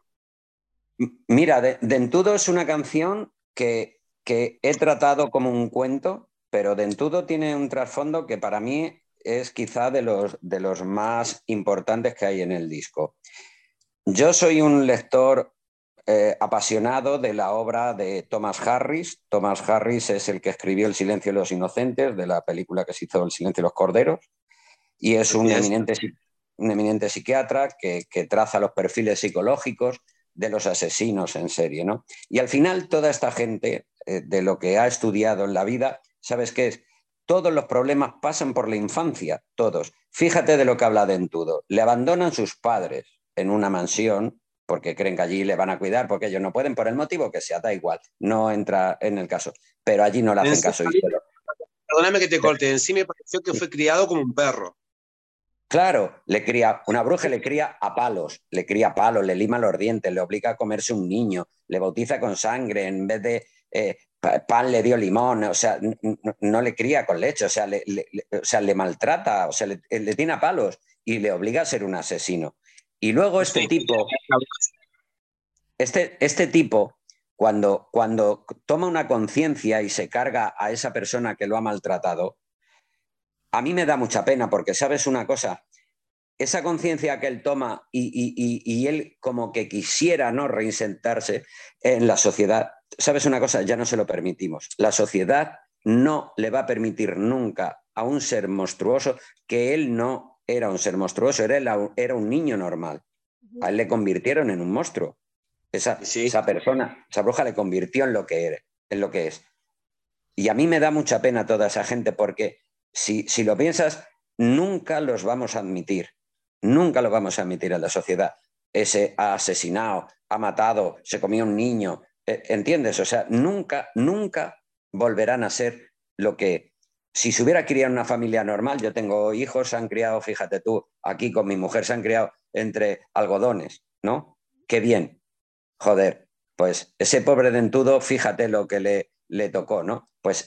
Mira, Dentudo es una canción que he tratado como un cuento, pero Dentudo tiene un trasfondo que para mí es quizá de los más importantes que hay en el disco. Yo soy un lector apasionado de la obra de Thomas Harris. Thomas Harris es el que escribió El silencio de los inocentes, de la película que se hizo El silencio de los corderos, y es un eminente psiquiatra que traza los perfiles psicológicos de los asesinos en serie, ¿no? Y al final toda esta gente, de lo que ha estudiado en la vida, ¿sabes qué es? Todos los problemas pasan por la infancia, todos. Fíjate de lo que habla Dentudo. Le abandonan sus padres en una mansión porque creen que allí le van a cuidar, porque ellos no pueden, por el motivo que sea, da igual, no entra en el caso. Pero allí no le hacen caso. Perdóname que te corte, en sí me pareció que fue criado como un perro. Claro, una bruja le cría a palos, le lima los dientes, le obliga a comerse un niño, le bautiza con sangre, en vez de pan le dio limón, o sea, no le cría con leche, o sea, le maltrata, o sea, le tiene a palos y le obliga a ser un asesino. Y luego este tipo, cuando toma una conciencia y se carga a esa persona que lo ha maltratado, a mí me da mucha pena porque, ¿sabes una cosa? Esa conciencia que él toma y él como que quisiera, ¿no?, reinsertarse en la sociedad, ¿sabes una cosa? Ya no se lo permitimos. La sociedad no le va a permitir nunca a un ser monstruoso, que él no era un ser monstruoso, era un niño normal. A él le convirtieron en un monstruo. Esa persona, esa bruja le convirtió en lo que es. Y a mí me da mucha pena toda esa gente porque si lo piensas, nunca los vamos a admitir. Nunca lo vamos a admitir en la sociedad. Ese ha asesinado, ha matado, se comió un niño. ¿Entiendes? O sea, nunca volverán a ser lo que... Si se hubiera criado en una familia normal, yo tengo hijos, se han criado, fíjate tú, aquí con mi mujer se han criado entre algodones, ¿no? Qué bien. Joder, pues ese pobre Dentudo, fíjate lo que le tocó, ¿no? Pues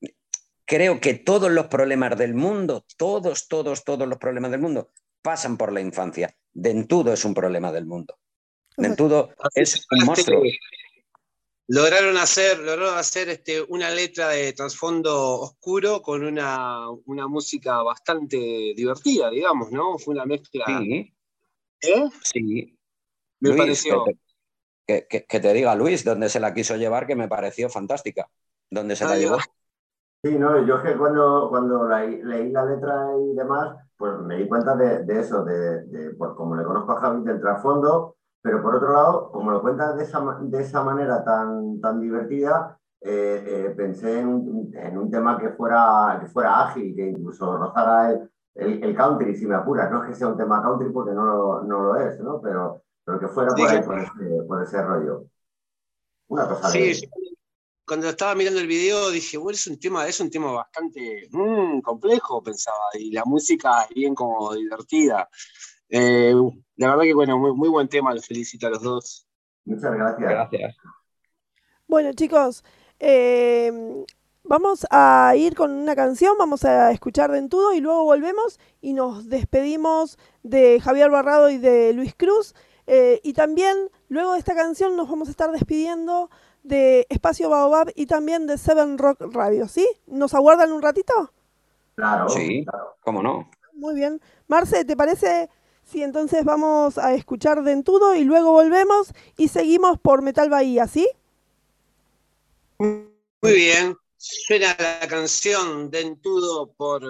creo que todos los problemas del mundo, todos los problemas del mundo pasan por la infancia. Dentudo es un problema del mundo. Dentudo es un monstruo. Lograron hacer una letra de trasfondo oscuro con una música bastante divertida, digamos, ¿no? Fue una mezcla. Sí. ¿Eh? Sí. Me Luis, pareció. que te diga Luis dónde se la quiso llevar, que me pareció fantástica. ¿Dónde se la llevó? Sí, no, yo es que cuando leí la letra y demás, pues me di cuenta de eso, pues como le conozco a Javi, del trasfondo, pero por otro lado, como lo cuentas de esa manera tan divertida, pensé en un tema que fuera ágil, que incluso rozara el country, si me apuras. No es que sea un tema country porque no lo es, ¿no? Pero que fuera Sí, por ahí, por ese rollo. Una cosa sí, de... cuando estaba mirando el video dije, bueno, es un tema bastante complejo, pensaba, y la música es bien como divertida. La verdad que bueno, muy buen tema, los felicito a los dos. Muchas gracias. Gracias. Bueno, chicos, vamos a ir con una canción, vamos a escuchar Dentudo y luego volvemos y nos despedimos de Javier Barrado y de Luis Cruz. Y también, luego de esta canción, nos vamos a estar despidiendo de Espacio Baobab y también de Seven Rock Radio, ¿sí? ¿Nos aguardan un ratito? Claro, Sí, claro. cómo no. Muy bien. Marce, ¿te parece si entonces vamos a escuchar Dentudo y luego volvemos y seguimos por Metal Bahía, ¿sí? Muy bien, suena la canción Dentudo por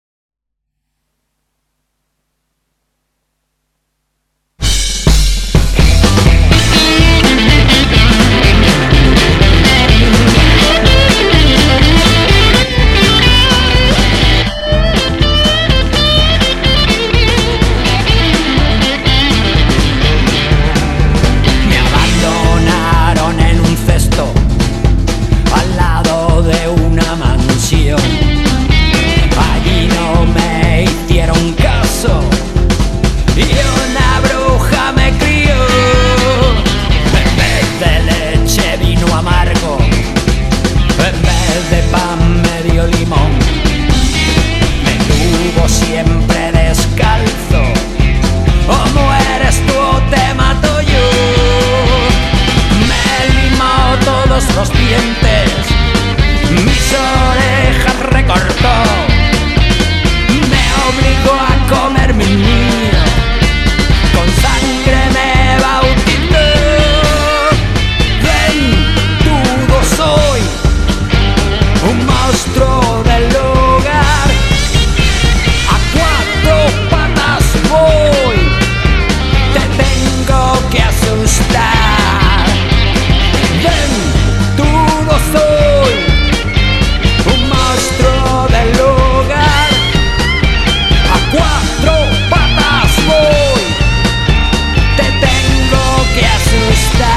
Me abandonaron en un cesto al lado de una mansión. Allí no me hicieron caso y una bruja me crió. En vez de leche vino amargo, en vez de pan me dio limón. Me tuvo siempre descalzo. O mueres tú o te mato yo. Me limó todos los dientes, mis orejas recortó. Me obligó a comer mi niño, con sangre me bautizó. Dentudo soy, un monstruo del hogar. A cuatro patas voy, te tengo que asustar. Dentudo soy, un monstruo del hogar. A cuatro patas voy, te tengo que asustar.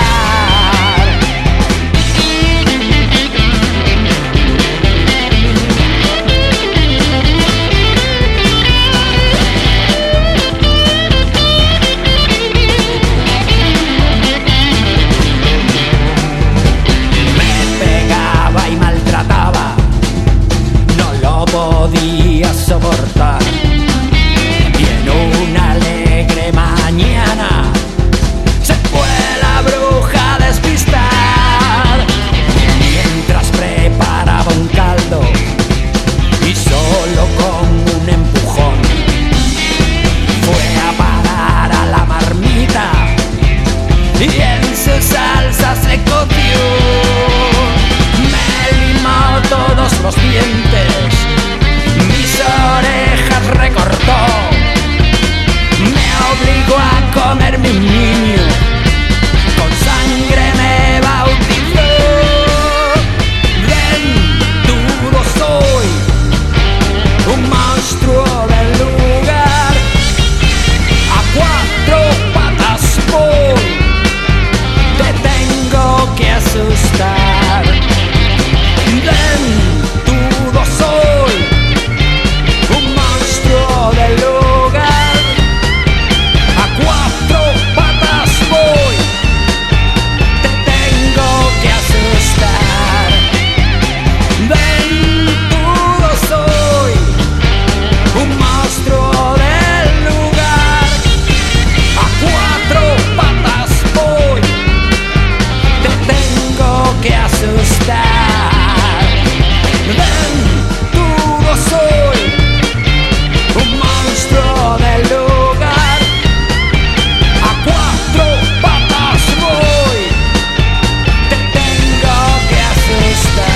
Me pegaba y maltrataba, no lo podía soportar. Y en una alegre mañana se fue la bruja a despistar. Mientras preparaba un caldo y solo con un empujón fue a parar a la marmita y en su salsa se coció. Me limó todos los dientes, mis orejas recortó. Me obligó a comerme un niño, con sangre me bautizó. Dentudo soy, un monstruo del lugar. A cuatro patas voy, te tengo que asustar. Dentudo soy, un monstruo del hogar. A cuatro patas voy, te tengo que asustar. Dentudo soy, un monstruo del lugar. A cuatro patas voy, te tengo que asustar. Dentudo soy, un monstruo del lugar. A cuatro patas voy, te tengo que asustar.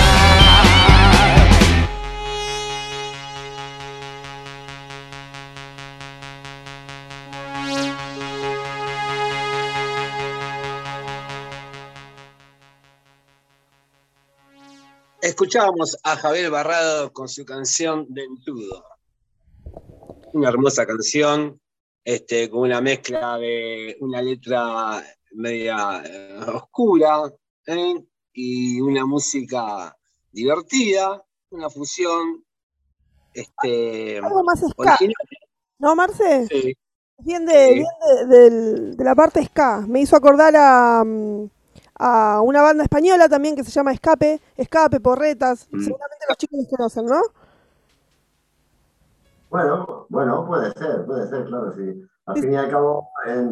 Escuchábamos a Javier Barrado con su canción Dentudo. Una hermosa canción, con una mezcla de una letra media oscura, y una música divertida, una fusión Algo más ska, original. ¿no, Marce? Sí. Bien de la parte ska. Me hizo acordar a una banda española también que se llama Escape, Porretas. Seguramente los chicos los conocen, ¿no? Bueno, puede ser, claro, sí. Al fin y al cabo,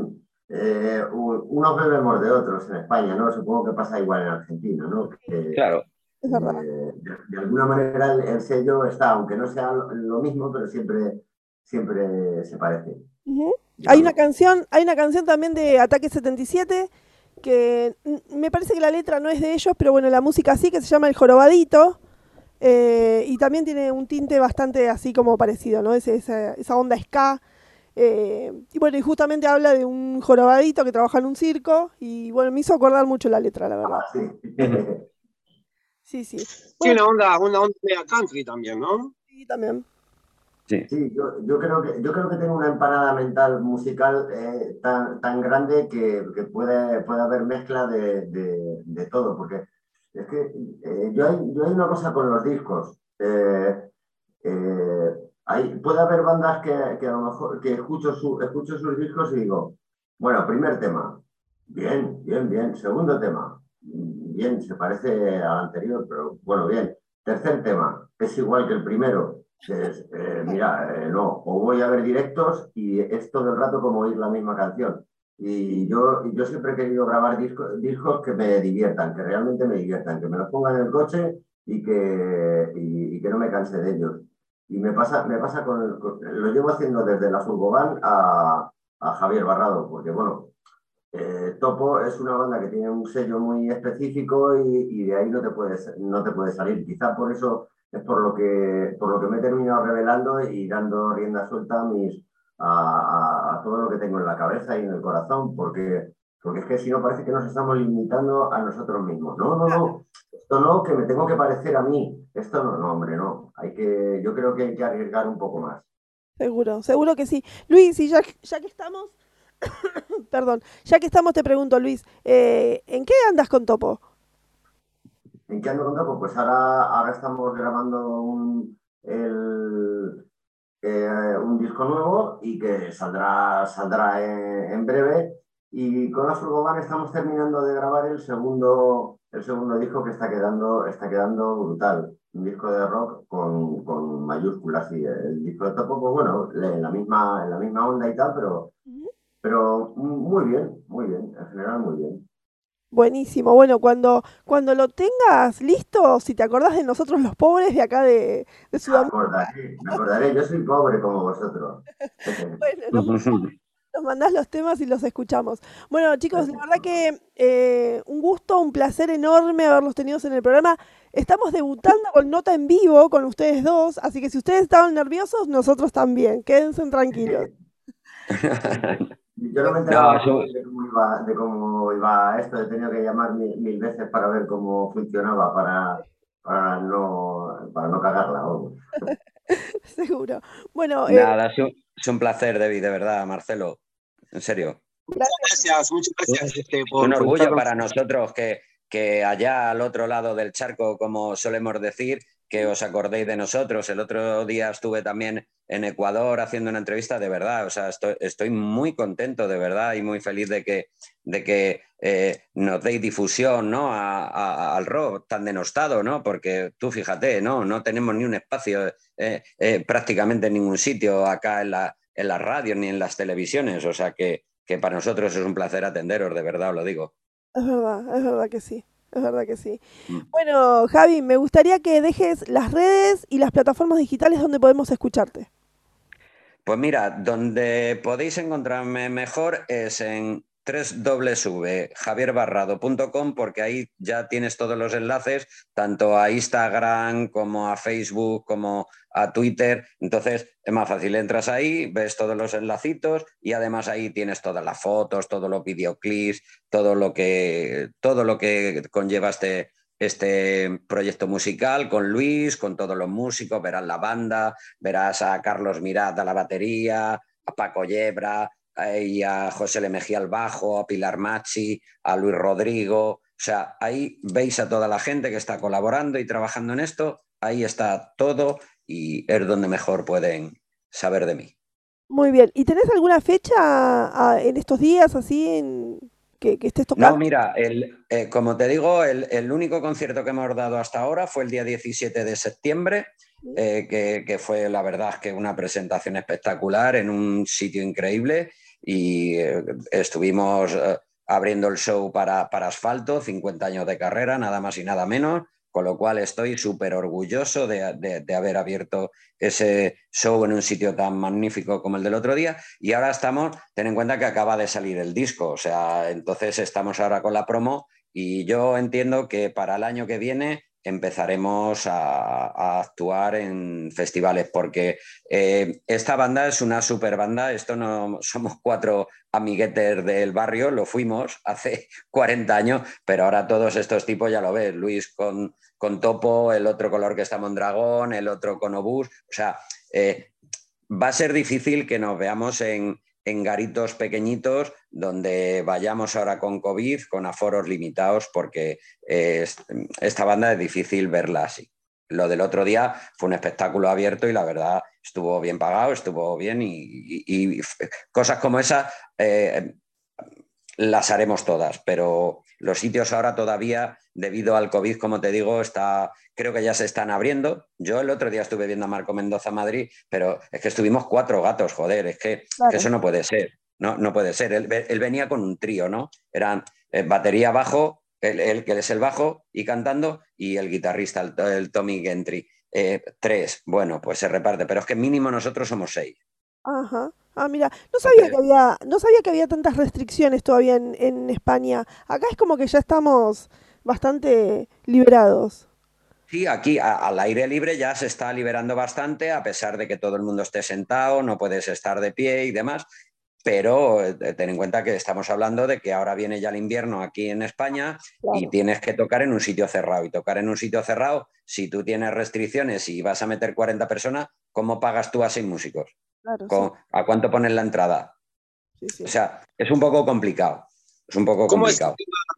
unos bebemos de otros en España, ¿no? Supongo que pasa igual en Argentina, ¿no? Que, Claro, Es verdad. de alguna manera el sello está, aunque no sea lo mismo, pero siempre se parece, Ujú. digamos. Hay una canción también de Ataque 77 que me parece que la letra no es de ellos, pero bueno, la música sí, que se llama El Jorobadito. Y también tiene un tinte bastante así como parecido, ¿no? Esa onda ska. Y bueno, y justamente habla de un jorobadito que trabaja en un circo. Y bueno, me hizo acordar mucho la letra, la verdad. Sí. Sí, sí. Sí, Bueno, una onda media country también, ¿no? sí, también. sí. Sí, yo creo que tengo una empanada mental musical tan grande que puede haber mezcla de todo, porque es que yo hay una cosa con los discos. Puede haber bandas que a lo mejor que escucho sus discos y digo, bueno, primer tema, bien, bien, bien. Segundo tema, bien, se parece al anterior, pero bueno, bien. Tercer tema, es igual que el primero. Mira, no, o voy a ver directos y es todo el rato como oír la misma canción. Y yo siempre he querido grabar discos que me diviertan, que realmente me diviertan, que me los ponga en el coche y que no me canse de ellos. Y me pasa lo llevo haciendo desde la Furgovan a Javier Barrado, porque bueno, Topo es una banda que tiene un sello muy específico y de ahí no te puedes salir. Quizá por eso es por lo que me he terminado revelando y dando rienda suelta a todo lo que tengo en la cabeza y en el corazón, porque es que si no parece que nos estamos limitando a nosotros mismos. No, no, no. Esto no, que me tengo que parecer a mí. Esto no, no, hombre, no. Yo creo que hay que arriesgar un poco más. Seguro, seguro que sí. Luis, y ya que estamos, perdón, ya que estamos te pregunto, Luis, ¿en qué andas con Topo? ¿En qué ando con Topo? Pues ahora estamos grabando un disco nuevo y que saldrá en breve. Y con la Furgovan estamos terminando de grabar el segundo disco que está quedando brutal. Un disco de rock con mayúsculas. Y el disco de Topo, pues bueno, en la misma onda y tal, pero muy bien, en general muy bien. Buenísimo. Bueno, cuando lo tengas listo, si te acordás de nosotros los pobres de acá de Me Sudamérica, acordaré, me acordaré. Yo soy pobre como vosotros. bueno, nos mandás los temas y los escuchamos. Bueno, chicos, la verdad que un gusto, un placer enorme haberlos tenido en el programa. Estamos debutando con nota en vivo con ustedes dos, así que si ustedes estaban nerviosos, nosotros también. Quédense tranquilos. Yo no me No, enteraba muy bien de cómo iba esto. He tenido que llamar mil veces para ver cómo funcionaba, para no cagarla. Vamos. Seguro. Bueno, nada, es un placer, David, de verdad, Marcelo. En serio. gracias. Muchas gracias Es un por estar orgullo con para nosotros. nosotros que allá al otro lado del charco, como solemos decir, que os acordéis de nosotros. El otro día estuve también en Ecuador haciendo una entrevista, de verdad, o sea, estoy muy contento, de verdad, y muy feliz de que nos deis difusión, ¿no? Al rock tan denostado, ¿no? Porque tú fíjate, ¿no? No tenemos ni un espacio prácticamente en ningún sitio acá en las radios ni en las televisiones, o sea que para nosotros es un placer atenderos, de verdad os lo digo. Es verdad que sí. Es verdad que sí. Mm. Bueno, Javi, me gustaría que dejes las redes y las plataformas digitales donde podemos escucharte. Pues mira, donde podéis encontrarme mejor es en www.javierbarrado.com porque ahí ya tienes todos los enlaces, tanto a Instagram como a Facebook como a Twitter. Entonces es más fácil, entras ahí, ves todos los enlacitos y además ahí tienes todas las fotos, todos los videoclips, todo lo que conlleva este proyecto musical con Luis, con todos los músicos, verás la banda, verás a Carlos Mirat a la batería, a Paco Yebra y a José Le Mejía al bajo, a Pilar Machi, a Luis Rodrigo. O sea, ahí veis a toda la gente que está colaborando y trabajando en esto. Ahí está todo y es donde mejor pueden saber de mí. Muy bien. ¿Y tenés alguna fecha en estos días así que estés No, tocando? mira, como te digo, el único concierto que hemos dado hasta ahora fue el día 17 de septiembre, Sí. que fue la verdad que una presentación espectacular en un sitio increíble y estuvimos abriendo el show para Asfalto, 50 años de carrera, nada más y nada menos, con lo cual estoy súper orgulloso de haber abierto ese show en un sitio tan magnífico como el del otro día. Y ahora estamos, ten en cuenta que acaba de salir el disco, o sea, entonces estamos ahora con la promo y yo entiendo que para el año que viene empezaremos a actuar en festivales porque esta banda es una super banda, esto no somos cuatro amiguetes del barrio, lo fuimos hace 40 años, pero ahora todos estos tipos ya lo ves, Luis con Topo, el otro con la Orquesta Mondragón, el otro con Obús, o sea, va a ser difícil que nos veamos en garitos pequeñitos donde vayamos ahora con COVID, con aforos limitados, porque esta banda es difícil verla así. Lo del otro día fue un espectáculo abierto y la verdad estuvo bien pagado, estuvo bien y cosas como esas las haremos todas, pero los sitios ahora todavía, debido al COVID, como te digo, creo que ya se están abriendo. Yo el otro día estuve viendo a Marco Mendoza en Madrid, pero es que estuvimos 4 gatos, joder, es que Claro. eso no puede ser, no puede ser. Él venía con un trío, ¿no? Eran batería, bajo, él que es el bajo y cantando, y el guitarrista, el Tommy Gentry. 3, bueno, pues se reparte, pero es que mínimo nosotros somos 6. Ajá. Ah, mira, Entonces, no sabía que había tantas restricciones todavía en España. Acá es como que ya estamos bastante liberados. sí, aquí al aire libre ya se está liberando bastante, a pesar de que todo el mundo esté sentado, no puedes estar de pie y demás, pero ten en cuenta que estamos hablando de que ahora viene ya el invierno aquí en España y Claro, tienes que tocar en un sitio cerrado. Y tocar en un sitio cerrado, si tú tienes restricciones y vas a meter 40 personas, ¿cómo pagas tú a 6 músicos? claro, sí, ¿A cuánto pones la entrada? sí, O sí. sea, es un poco complicado, es un poco ¿Cómo es el complicado.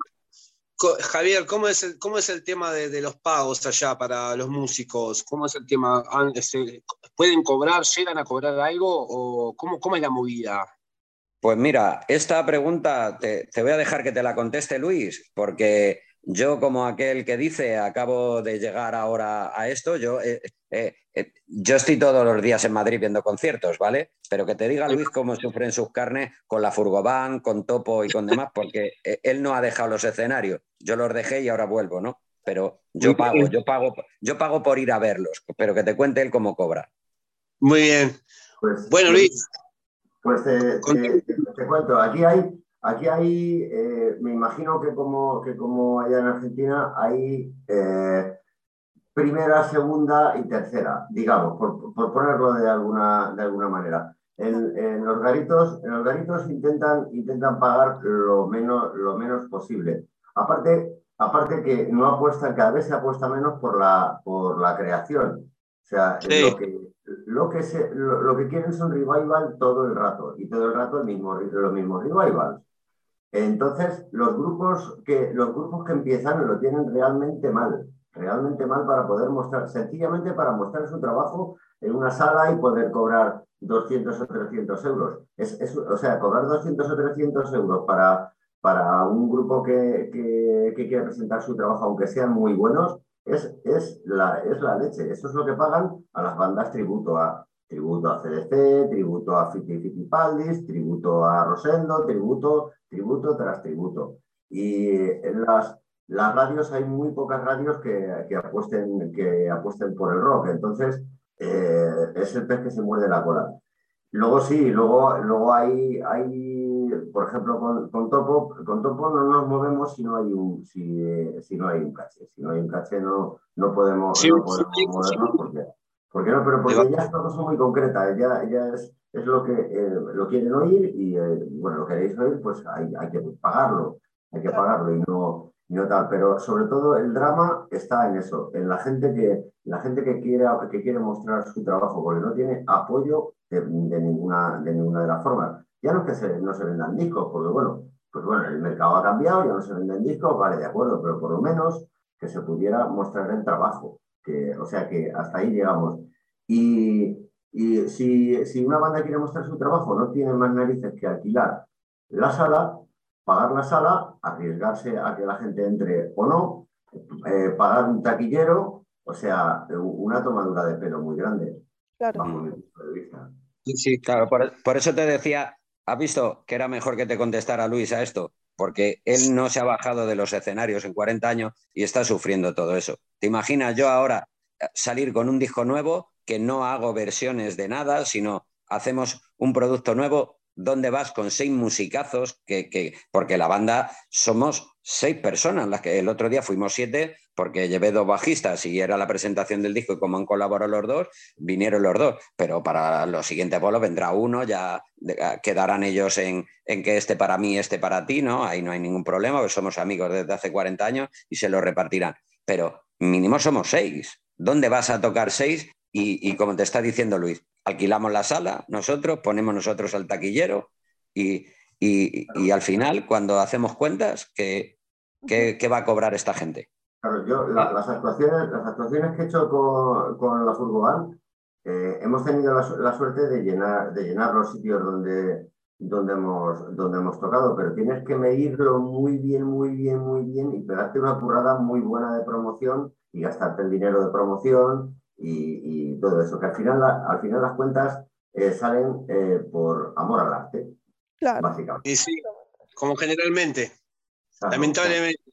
Javier, cómo es el tema de los pagos allá para los músicos? ¿Cómo es el tema? ¿Pueden cobrar, llegan a cobrar algo o cómo es la movida? Pues mira, esta pregunta te voy a dejar que te la conteste Luis, porque yo como aquel que dice, acabo de llegar ahora a esto, yo estoy todos los días en Madrid viendo conciertos, ¿vale? Pero que te diga Luis cómo sufren sus carnes con la Furgobán, con Topo y con demás, porque él no ha dejado los escenarios, yo los dejé y ahora vuelvo, ¿no? Pero Muy bien, yo pago por ir a verlos, pero que te cuente él cómo cobra. muy bien. Pues, Bueno, pues Luis, Pues contame. te cuento, aquí hay me imagino que como allá en Argentina hay primera, segunda y tercera, digamos, por ponerlo de alguna manera. En los garitos intentan pagar lo menos posible. Aparte que no apuestan, cada vez se apuesta menos por la creación. O sea, Sí, lo que quieren son revival todo el rato, y todo el rato los mismos revivals. Entonces, los grupos que empiezan lo tienen realmente mal para poder mostrar, sencillamente para mostrar su trabajo en una sala y poder cobrar 200 o 300 euros. O sea, cobrar 200 o 300 euros para un grupo que quiere presentar su trabajo, aunque sean muy buenos, es la leche. Eso es lo que pagan a las bandas tributo a CDC, tributo a Fiti Fitipaldis, tributo a Rosendo, tributo tras tributo. Y en las radios hay muy pocas radios que apuesten por el rock. Entonces, es el pez que se muerde la cola. Luego sí, luego por ejemplo, con Topo no nos movemos si no hay un caché. Si no hay un caché sí, no sí, podemos movernos porque no, pero ahí va. porque ya es una cosa muy concreta, ya es lo que lo quieren oír y bueno, lo queréis oír, pues hay que pagarlo y no tal. Pero sobre todo el drama está en eso, en la gente que quiere mostrar su trabajo porque no tiene apoyo de ninguna de las formas. Ya no es que no se vendan discos, porque bueno, pues bueno, el mercado ha cambiado, ya no se venden discos, vale, de acuerdo, pero por lo menos que se pudiera mostrar el trabajo, o sea que hasta ahí llegamos. Y, Y si una banda quiere mostrar su trabajo, no tiene más narices que alquilar la sala, pagar la sala, arriesgarse a que la gente entre o no, pagar un taquillero, o sea, una tomadura de pelo muy grande, Claro. bajo mi punto de vista. Sí, sí. Claro, por eso te decía, ¿has visto que era mejor que te contestara Luis a esto? Porque él no se ha bajado de los escenarios en 40 años y está sufriendo todo eso. ¿Te imaginas yo ahora salir con un disco nuevo que no hago versiones de nada, sino hacemos un producto nuevo donde vas con 6 musicazos, porque la banda somos 6 personas, las que el otro día fuimos 7, porque llevé 2 bajistas y era la presentación del disco y como han colaborado los dos, vinieron los dos, pero para los siguientes bolos vendrá uno, ya quedarán ellos en que este para mí, este para ti, ¿no? Ahí no hay ningún problema, porque somos amigos desde hace 40 años y se lo repartirán. Pero mínimo somos 6. ¿Dónde vas a tocar 6? Y como te está diciendo Luis, alquilamos la sala, nosotros, ponemos nosotros al taquillero y al final, cuando hacemos cuentas, ¿qué va a cobrar esta gente? Claro, yo las actuaciones que he hecho con la Furgovan, hemos tenido la suerte de llenar los sitios donde hemos tocado, pero tienes que medirlo muy bien, muy bien, muy bien y pegarte una currada muy buena de promoción y gastarte el dinero de promoción y todo eso, que al final las cuentas salen por amor al arte, Claro. básicamente. Y sí, como generalmente, Claro, lamentablemente.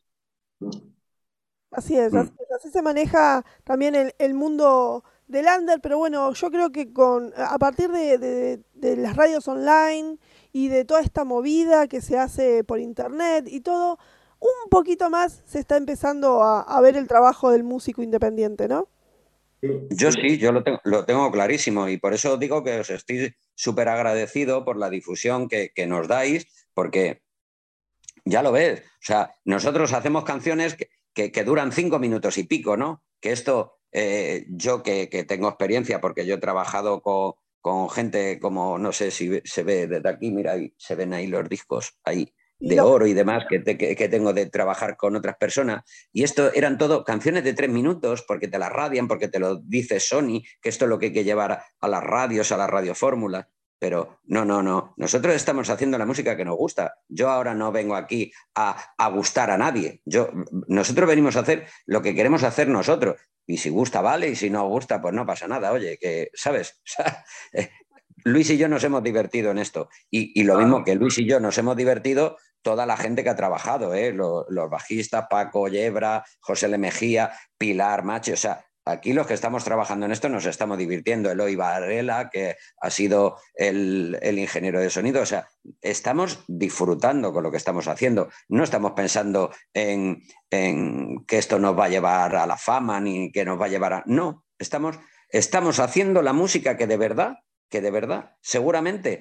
Así es, así se maneja también el mundo del under, pero bueno, yo creo que a partir de las radios online y de toda esta movida que se hace por internet y todo, un poquito más se está empezando a ver el trabajo del músico independiente, ¿no? sí, Yo sí. sí, yo lo tengo clarísimo y por eso digo que os estoy súper agradecido por la difusión que nos dais, porque ya lo ves, o sea, nosotros hacemos canciones que duran 5 minutos y pico, ¿no? Que esto, yo que tengo experiencia, porque yo he trabajado con gente como, no sé si se ve desde aquí, mira, ahí, se ven ahí los discos, ahí, Y de oro y demás, que tengo de trabajar con otras personas. Y esto eran todo canciones de 3 minutos, porque te las radian, porque te lo dice Sony, que esto es lo que hay que llevar a las radios, a las radiofórmulas. Pero no, no, no. Nosotros estamos haciendo la música que nos gusta. Yo ahora no vengo aquí a gustar a nadie. Nosotros venimos a hacer lo que queremos hacer nosotros. Y si gusta, vale. Y si no gusta, pues no pasa nada. Oye, que, ¿sabes? O sea, Luis y yo nos hemos divertido en esto. Y lo mismo que Luis y yo nos hemos divertido, toda la gente que ha trabajado, ¿eh? Los bajistas, Paco, Yebra, José Le Mejía, Pilar, Machi. O sea, aquí los que estamos trabajando en esto nos estamos divirtiendo. Eloy Varela, que ha sido el ingeniero de sonido. O sea, estamos disfrutando con lo que estamos haciendo. No estamos pensando en que esto nos va a llevar a la fama ni que nos va a llevar a... No, estamos haciendo la música que de verdad, seguramente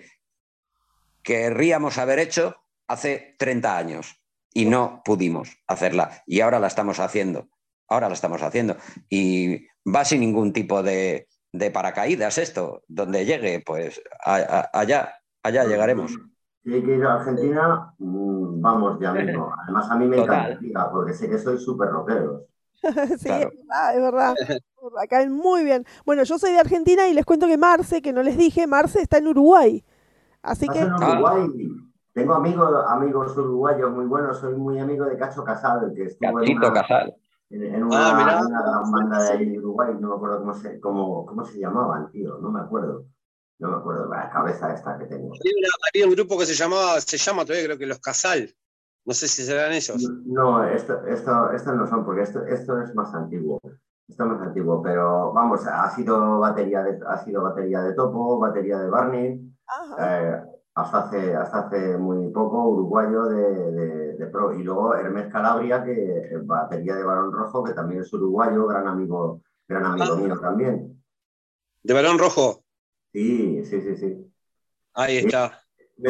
querríamos haber hecho hace 30 años y no pudimos hacerla. Y ahora la estamos haciendo. Ahora la estamos haciendo. Y va sin ningún tipo de paracaídas esto. Donde llegue, pues allá llegaremos. Si hay que ir a Argentina, vamos ya mismo. Además, a mí me Total, encantaría, porque sé que sois súper rockeros. Sí, claro. es verdad. Caen muy bien. Bueno, yo soy de Argentina y les cuento que Marce, que no les dije, Marce está en Uruguay. Así ¿Estás que en Ah, Uruguay? Tengo amigos uruguayos muy buenos. Soy muy amigo de Cacho Casal, que estuvo en Cachito una, Casal. en Ah, una, mirá. en una gran banda de ahí de Uruguay. No me acuerdo cómo se llamaban, tío. No me acuerdo. No me acuerdo la cabeza esta que tengo. Había un grupo que se llama todavía, creo que Los Casal. No sé si serán ellos. No, estos no son, porque esto es más antiguo. Esto es más antiguo, pero vamos, ha sido batería de Topo, batería de Barney, ajá. eh, hasta hace muy poco, uruguayo de pro. Y luego Hermes Calabria, que es batería de Barón Rojo, que también es uruguayo, gran amigo Ah, mío también. de Barón Rojo. Sí, sí, sí, sí. Ahí Sí, está.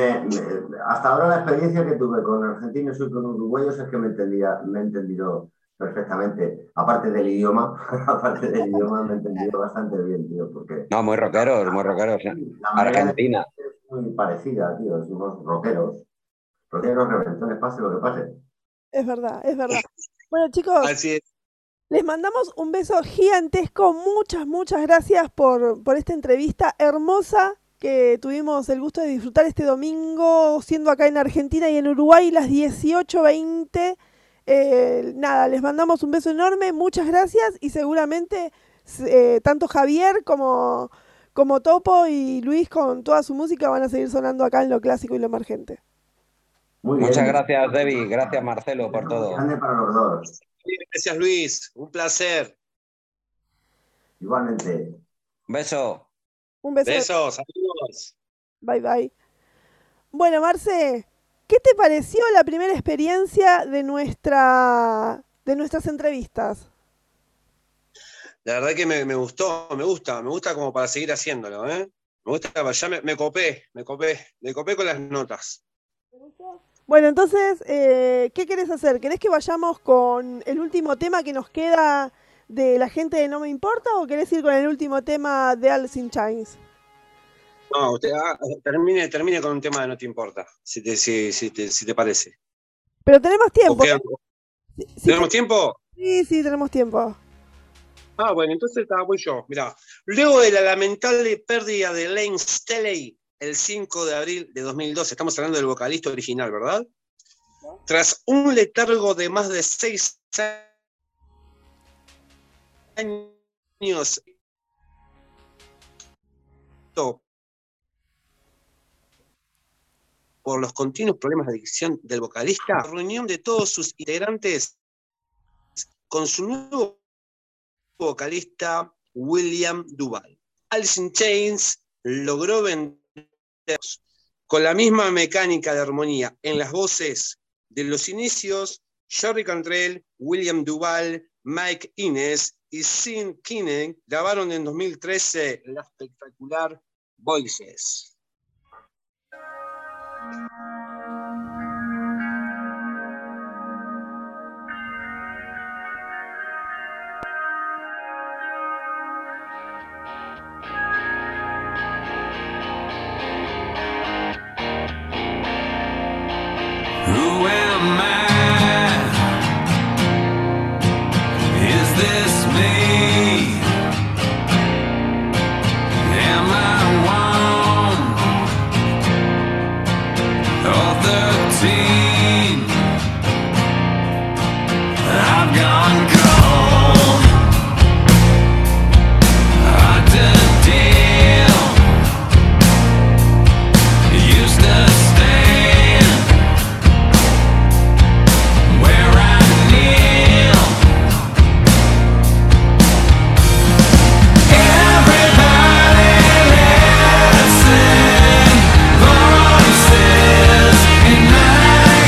hasta ahora la experiencia que tuve con argentinos y con uruguayos es que me he entendido perfectamente. Aparte del idioma, aparte del idioma me he entendido bastante bien, tío, porque No, muy rockeros, muy rockeros. la manera de Argentina. ser es muy parecida, tío. Somos rockeros reventones, pase lo que pase. Es verdad, es verdad. Bueno, chicos, Así es. Les mandamos un beso gigantesco. Muchas gracias por esta entrevista hermosa que tuvimos el gusto de disfrutar este domingo, siendo acá en Argentina y en Uruguay las 18:20. Nada, les mandamos un beso enorme, muchas gracias y seguramente tanto Javier como Topo y Luis con toda su música van a seguir sonando acá en lo clásico y lo emergente. Muy bien. Muchas gracias, Debbie. Gracias, Marcelo, por todo. Grande para los dos. Gracias, Luis. Un placer. Igualmente. Beso. Un beso. Besos, saludos. Bye, bye. Bueno, Marce, ¿qué te pareció la primera experiencia de nuestras entrevistas? La verdad que me gustó, me gusta como para seguir haciéndolo, ¿eh? Me gusta, ya me copé con las notas. Bueno, entonces, ¿qué querés hacer? ¿Querés que vayamos con el último tema que nos queda de la gente de No Me Importa o querés ir con el último tema de Alice in Chains? No, usted termine con un tema de No Te Importa, si te parece. Pero tenemos tiempo. ¿Tenemos tiempo? Sí, tenemos tiempo. Ah, bueno, entonces voy yo. Mirá, luego de la lamentable pérdida de Layne Staley el 5 de abril de 2012, estamos hablando del vocalista original, ¿verdad? Tras un letargo de más de 6 años por los continuos problemas de adicción del vocalista, la reunión de todos sus integrantes con su nuevo vocalista William Duval. Alice in Chains logró vender con la misma mecánica de armonía en las voces de los inicios. Jerry Cantrell, William Duval, Mike Inez y Sean Keenan grabaron en 2013 la espectacular Voices. Who am I? Is this me? Am I one or 13? I've gone cold. Hard to deal. Used to stand where I kneel. Everybody listen, voices in my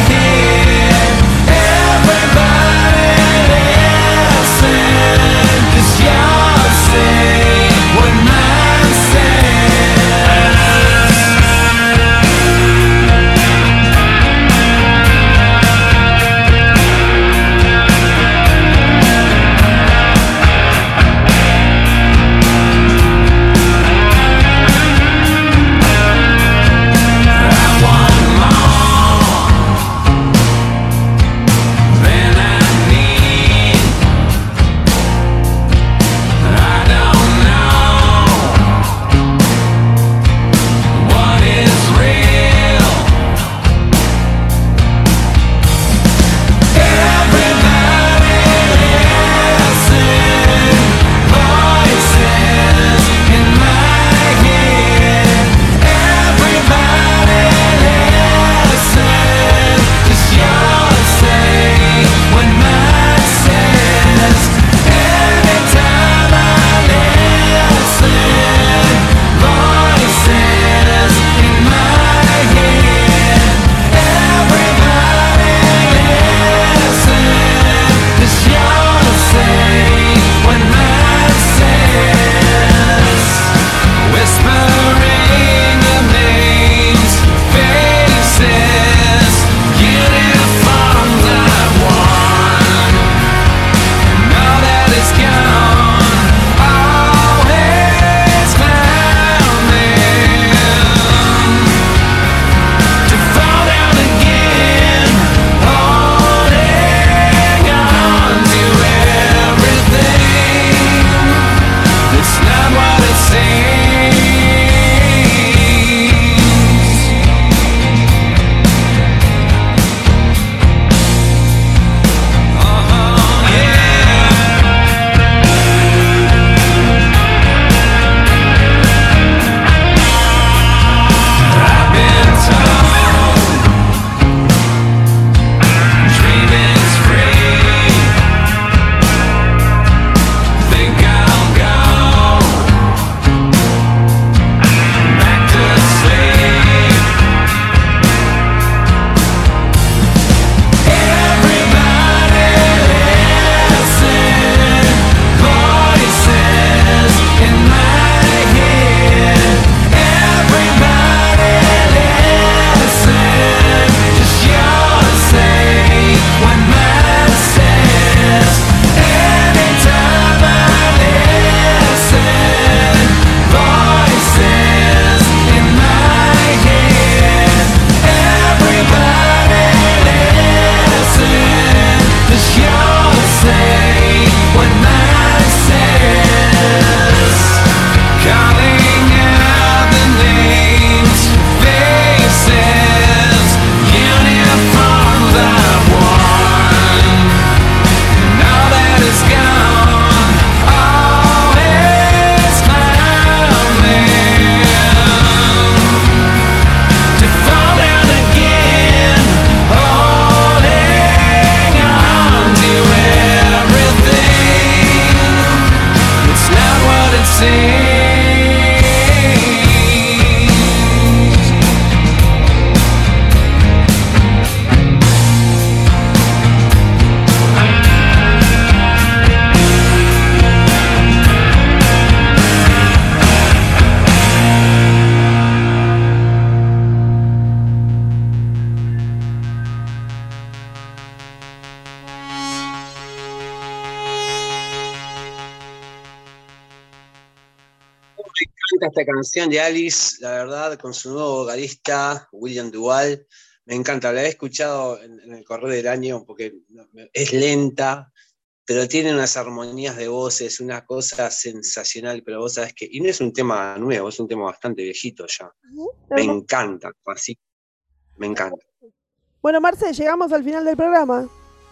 encanta esta canción de Alice, la verdad, con su nuevo vocalista, William Duval. Me encanta, la he escuchado en el correr del año porque es lenta, pero tiene unas armonías de voces, una cosa sensacional, pero vos sabés que, y no es un tema nuevo, es un tema bastante viejito ya. Me encanta, así, me encanta. Bueno, Marce, llegamos al final del programa.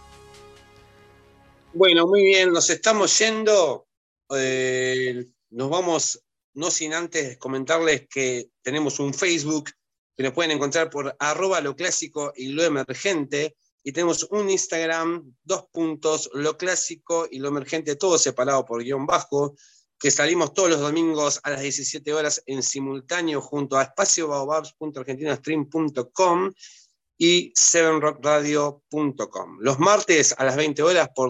Bueno, muy bien, nos estamos yendo. Nos vamos, no sin antes comentarles que tenemos un Facebook que nos pueden encontrar por @loclásico y lo emergente, y tenemos un Instagram, lo clásico y lo emergente, todo separado por guión bajo, que salimos todos los domingos a las 17 horas en simultáneo junto a espaciobaobabs.argentinostream.com y 7rockradio.com. Los martes a las 20 horas por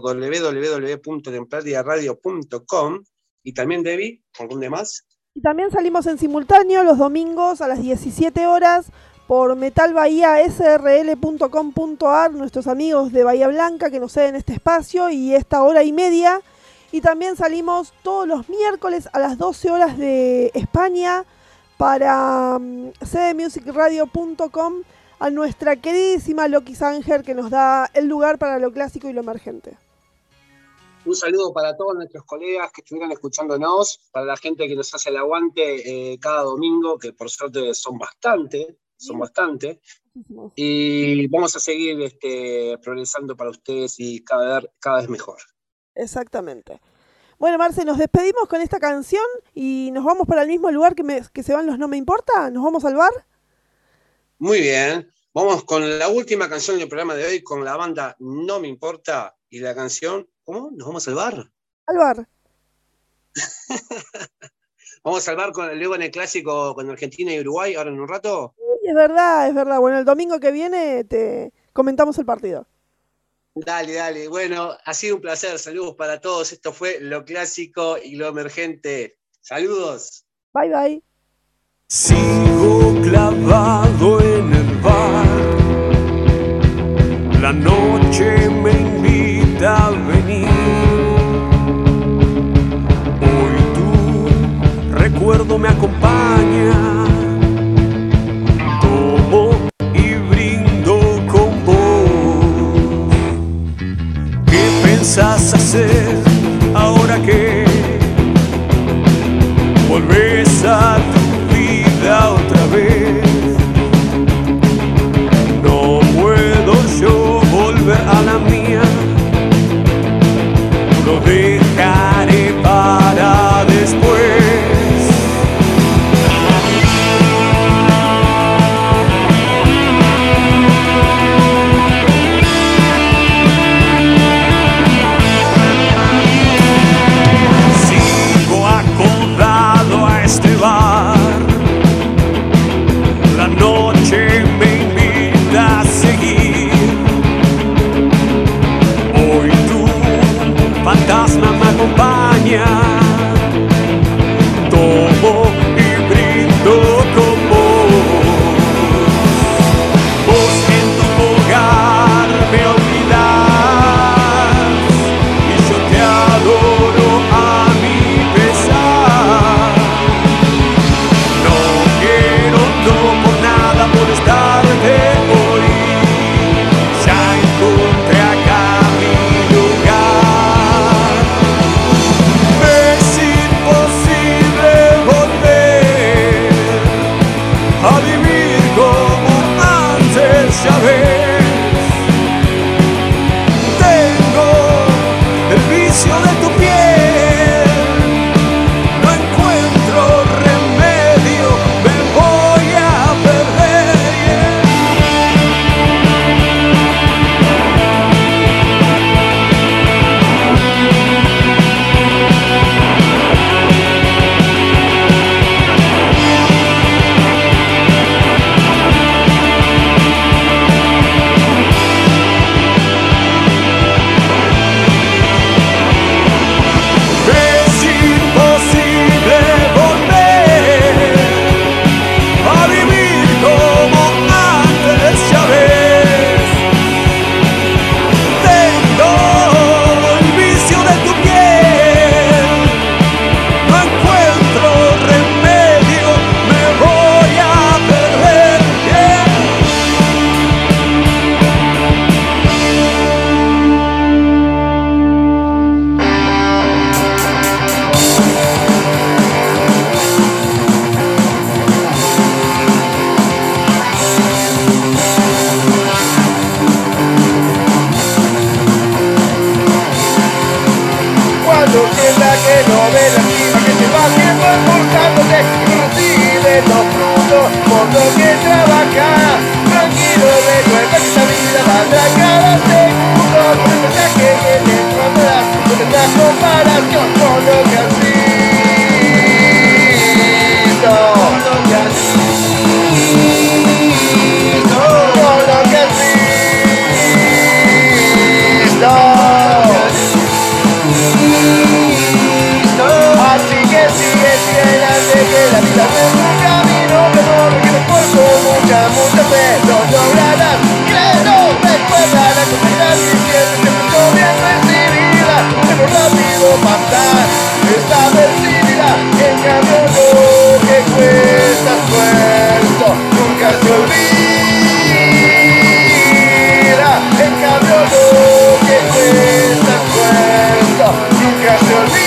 www.templariaradio.com. Y también, Debbie, ¿por dónde más? Y también salimos en simultáneo los domingos a las 17 horas por metalbahiasrl.com.ar, nuestros amigos de Bahía Blanca que nos ceden este espacio y esta hora y media. Y también salimos todos los miércoles a las 12 horas de España para cdmusicradio.com, a nuestra queridísima Loki Sanger, que nos da el lugar para lo clásico y lo emergente. Un saludo para todos nuestros colegas que estuvieron escuchándonos, para la gente que nos hace el aguante cada domingo, que por suerte son bastante. Y vamos a seguir progresando para ustedes y cada vez mejor. Exactamente. Bueno, Marce, nos despedimos con esta canción y nos vamos para el mismo lugar que se van los No Me Importa. ¿Nos vamos al bar? Muy bien, vamos con la última canción del programa de hoy con la banda No Me Importa y la canción, ¿cómo? ¿Nos vamos al bar? Al bar. Vamos al bar luego en el clásico con Argentina y Uruguay, ahora en un rato. Es verdad. Bueno, el domingo que viene te comentamos el partido. Dale. Bueno, ha sido un placer. Saludos para todos. Esto fue Lo Clásico y Lo Emergente. Saludos. Bye, bye. Sigo clavado en el bar, la noche me invita a venir. Hoy tu recuerdo me acompaña, tomo y brindo con vos. ¿Qué pensás hacer ahora que volvés a otra vez? No puedo yo volver a la mía, lo dejaré para después. ve la cima, que se va tiempo esforzándote y recibe los frutos por lo que trabaja. Tranquilo, recuerda que esta vida valdrá cada segundo. Con el mensaje que te encontrarás, no tendrás comparación con lo que has visto. Con lo que has visto. Con lo que has visto. Así que sigue adelante, que la vida no es un camino que no requiere esfuerzo, mucha fe, lo lograrás. Quiero recuerda la compañía que siempre empezó bien recibida, pero rápido pasar esta adversidad. En cambio lo que cuesta esfuerzo nunca se olvida. En cambio lo que cuesta esfuerzo nunca se olvida.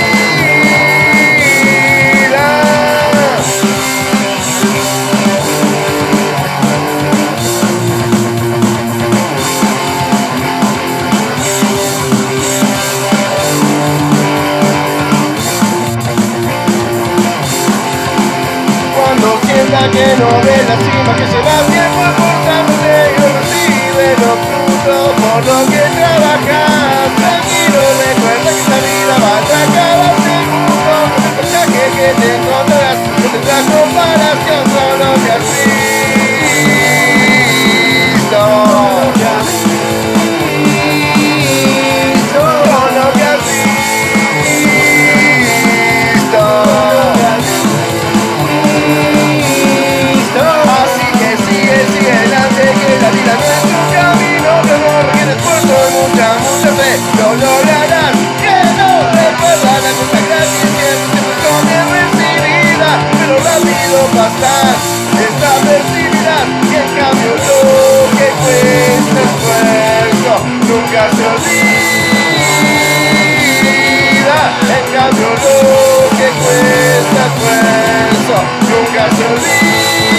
Que no ve la cima, que se va tiempo esforzándose y no recibe los frutos por lo que trabajas. Tranquilo, recuerda que esta vida valdrá cada segundo. Con el mensaje que te encontrarás, no tendrás comparación con lo que has visto. Con lo que has visto. Con lo que has visto. La vida no es un camino que no requiere esfuerzo y mucha fe, lo lograrás. Que no recuerda la cosa gratis, siempre son bien recibida, pero rápido pasar esta adversidad. Y en cambio lo que cuesta esfuerzo nunca se olvida. En cambio lo que cuesta esfuerzo nunca se olvida.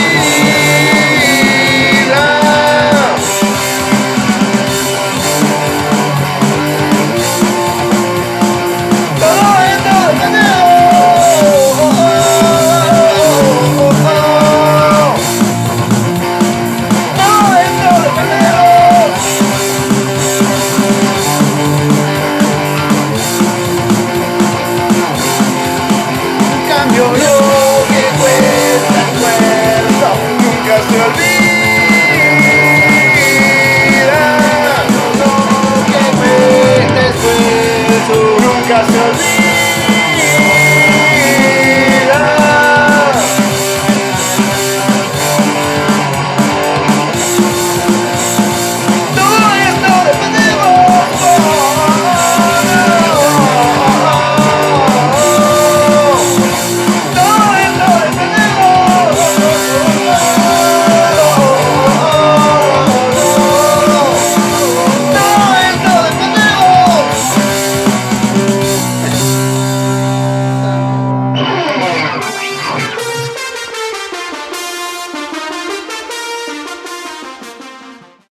Cambio lo que cuesta esfuerzo nunca se olvida. Lo que cuesta esfuerzo nunca se olvida.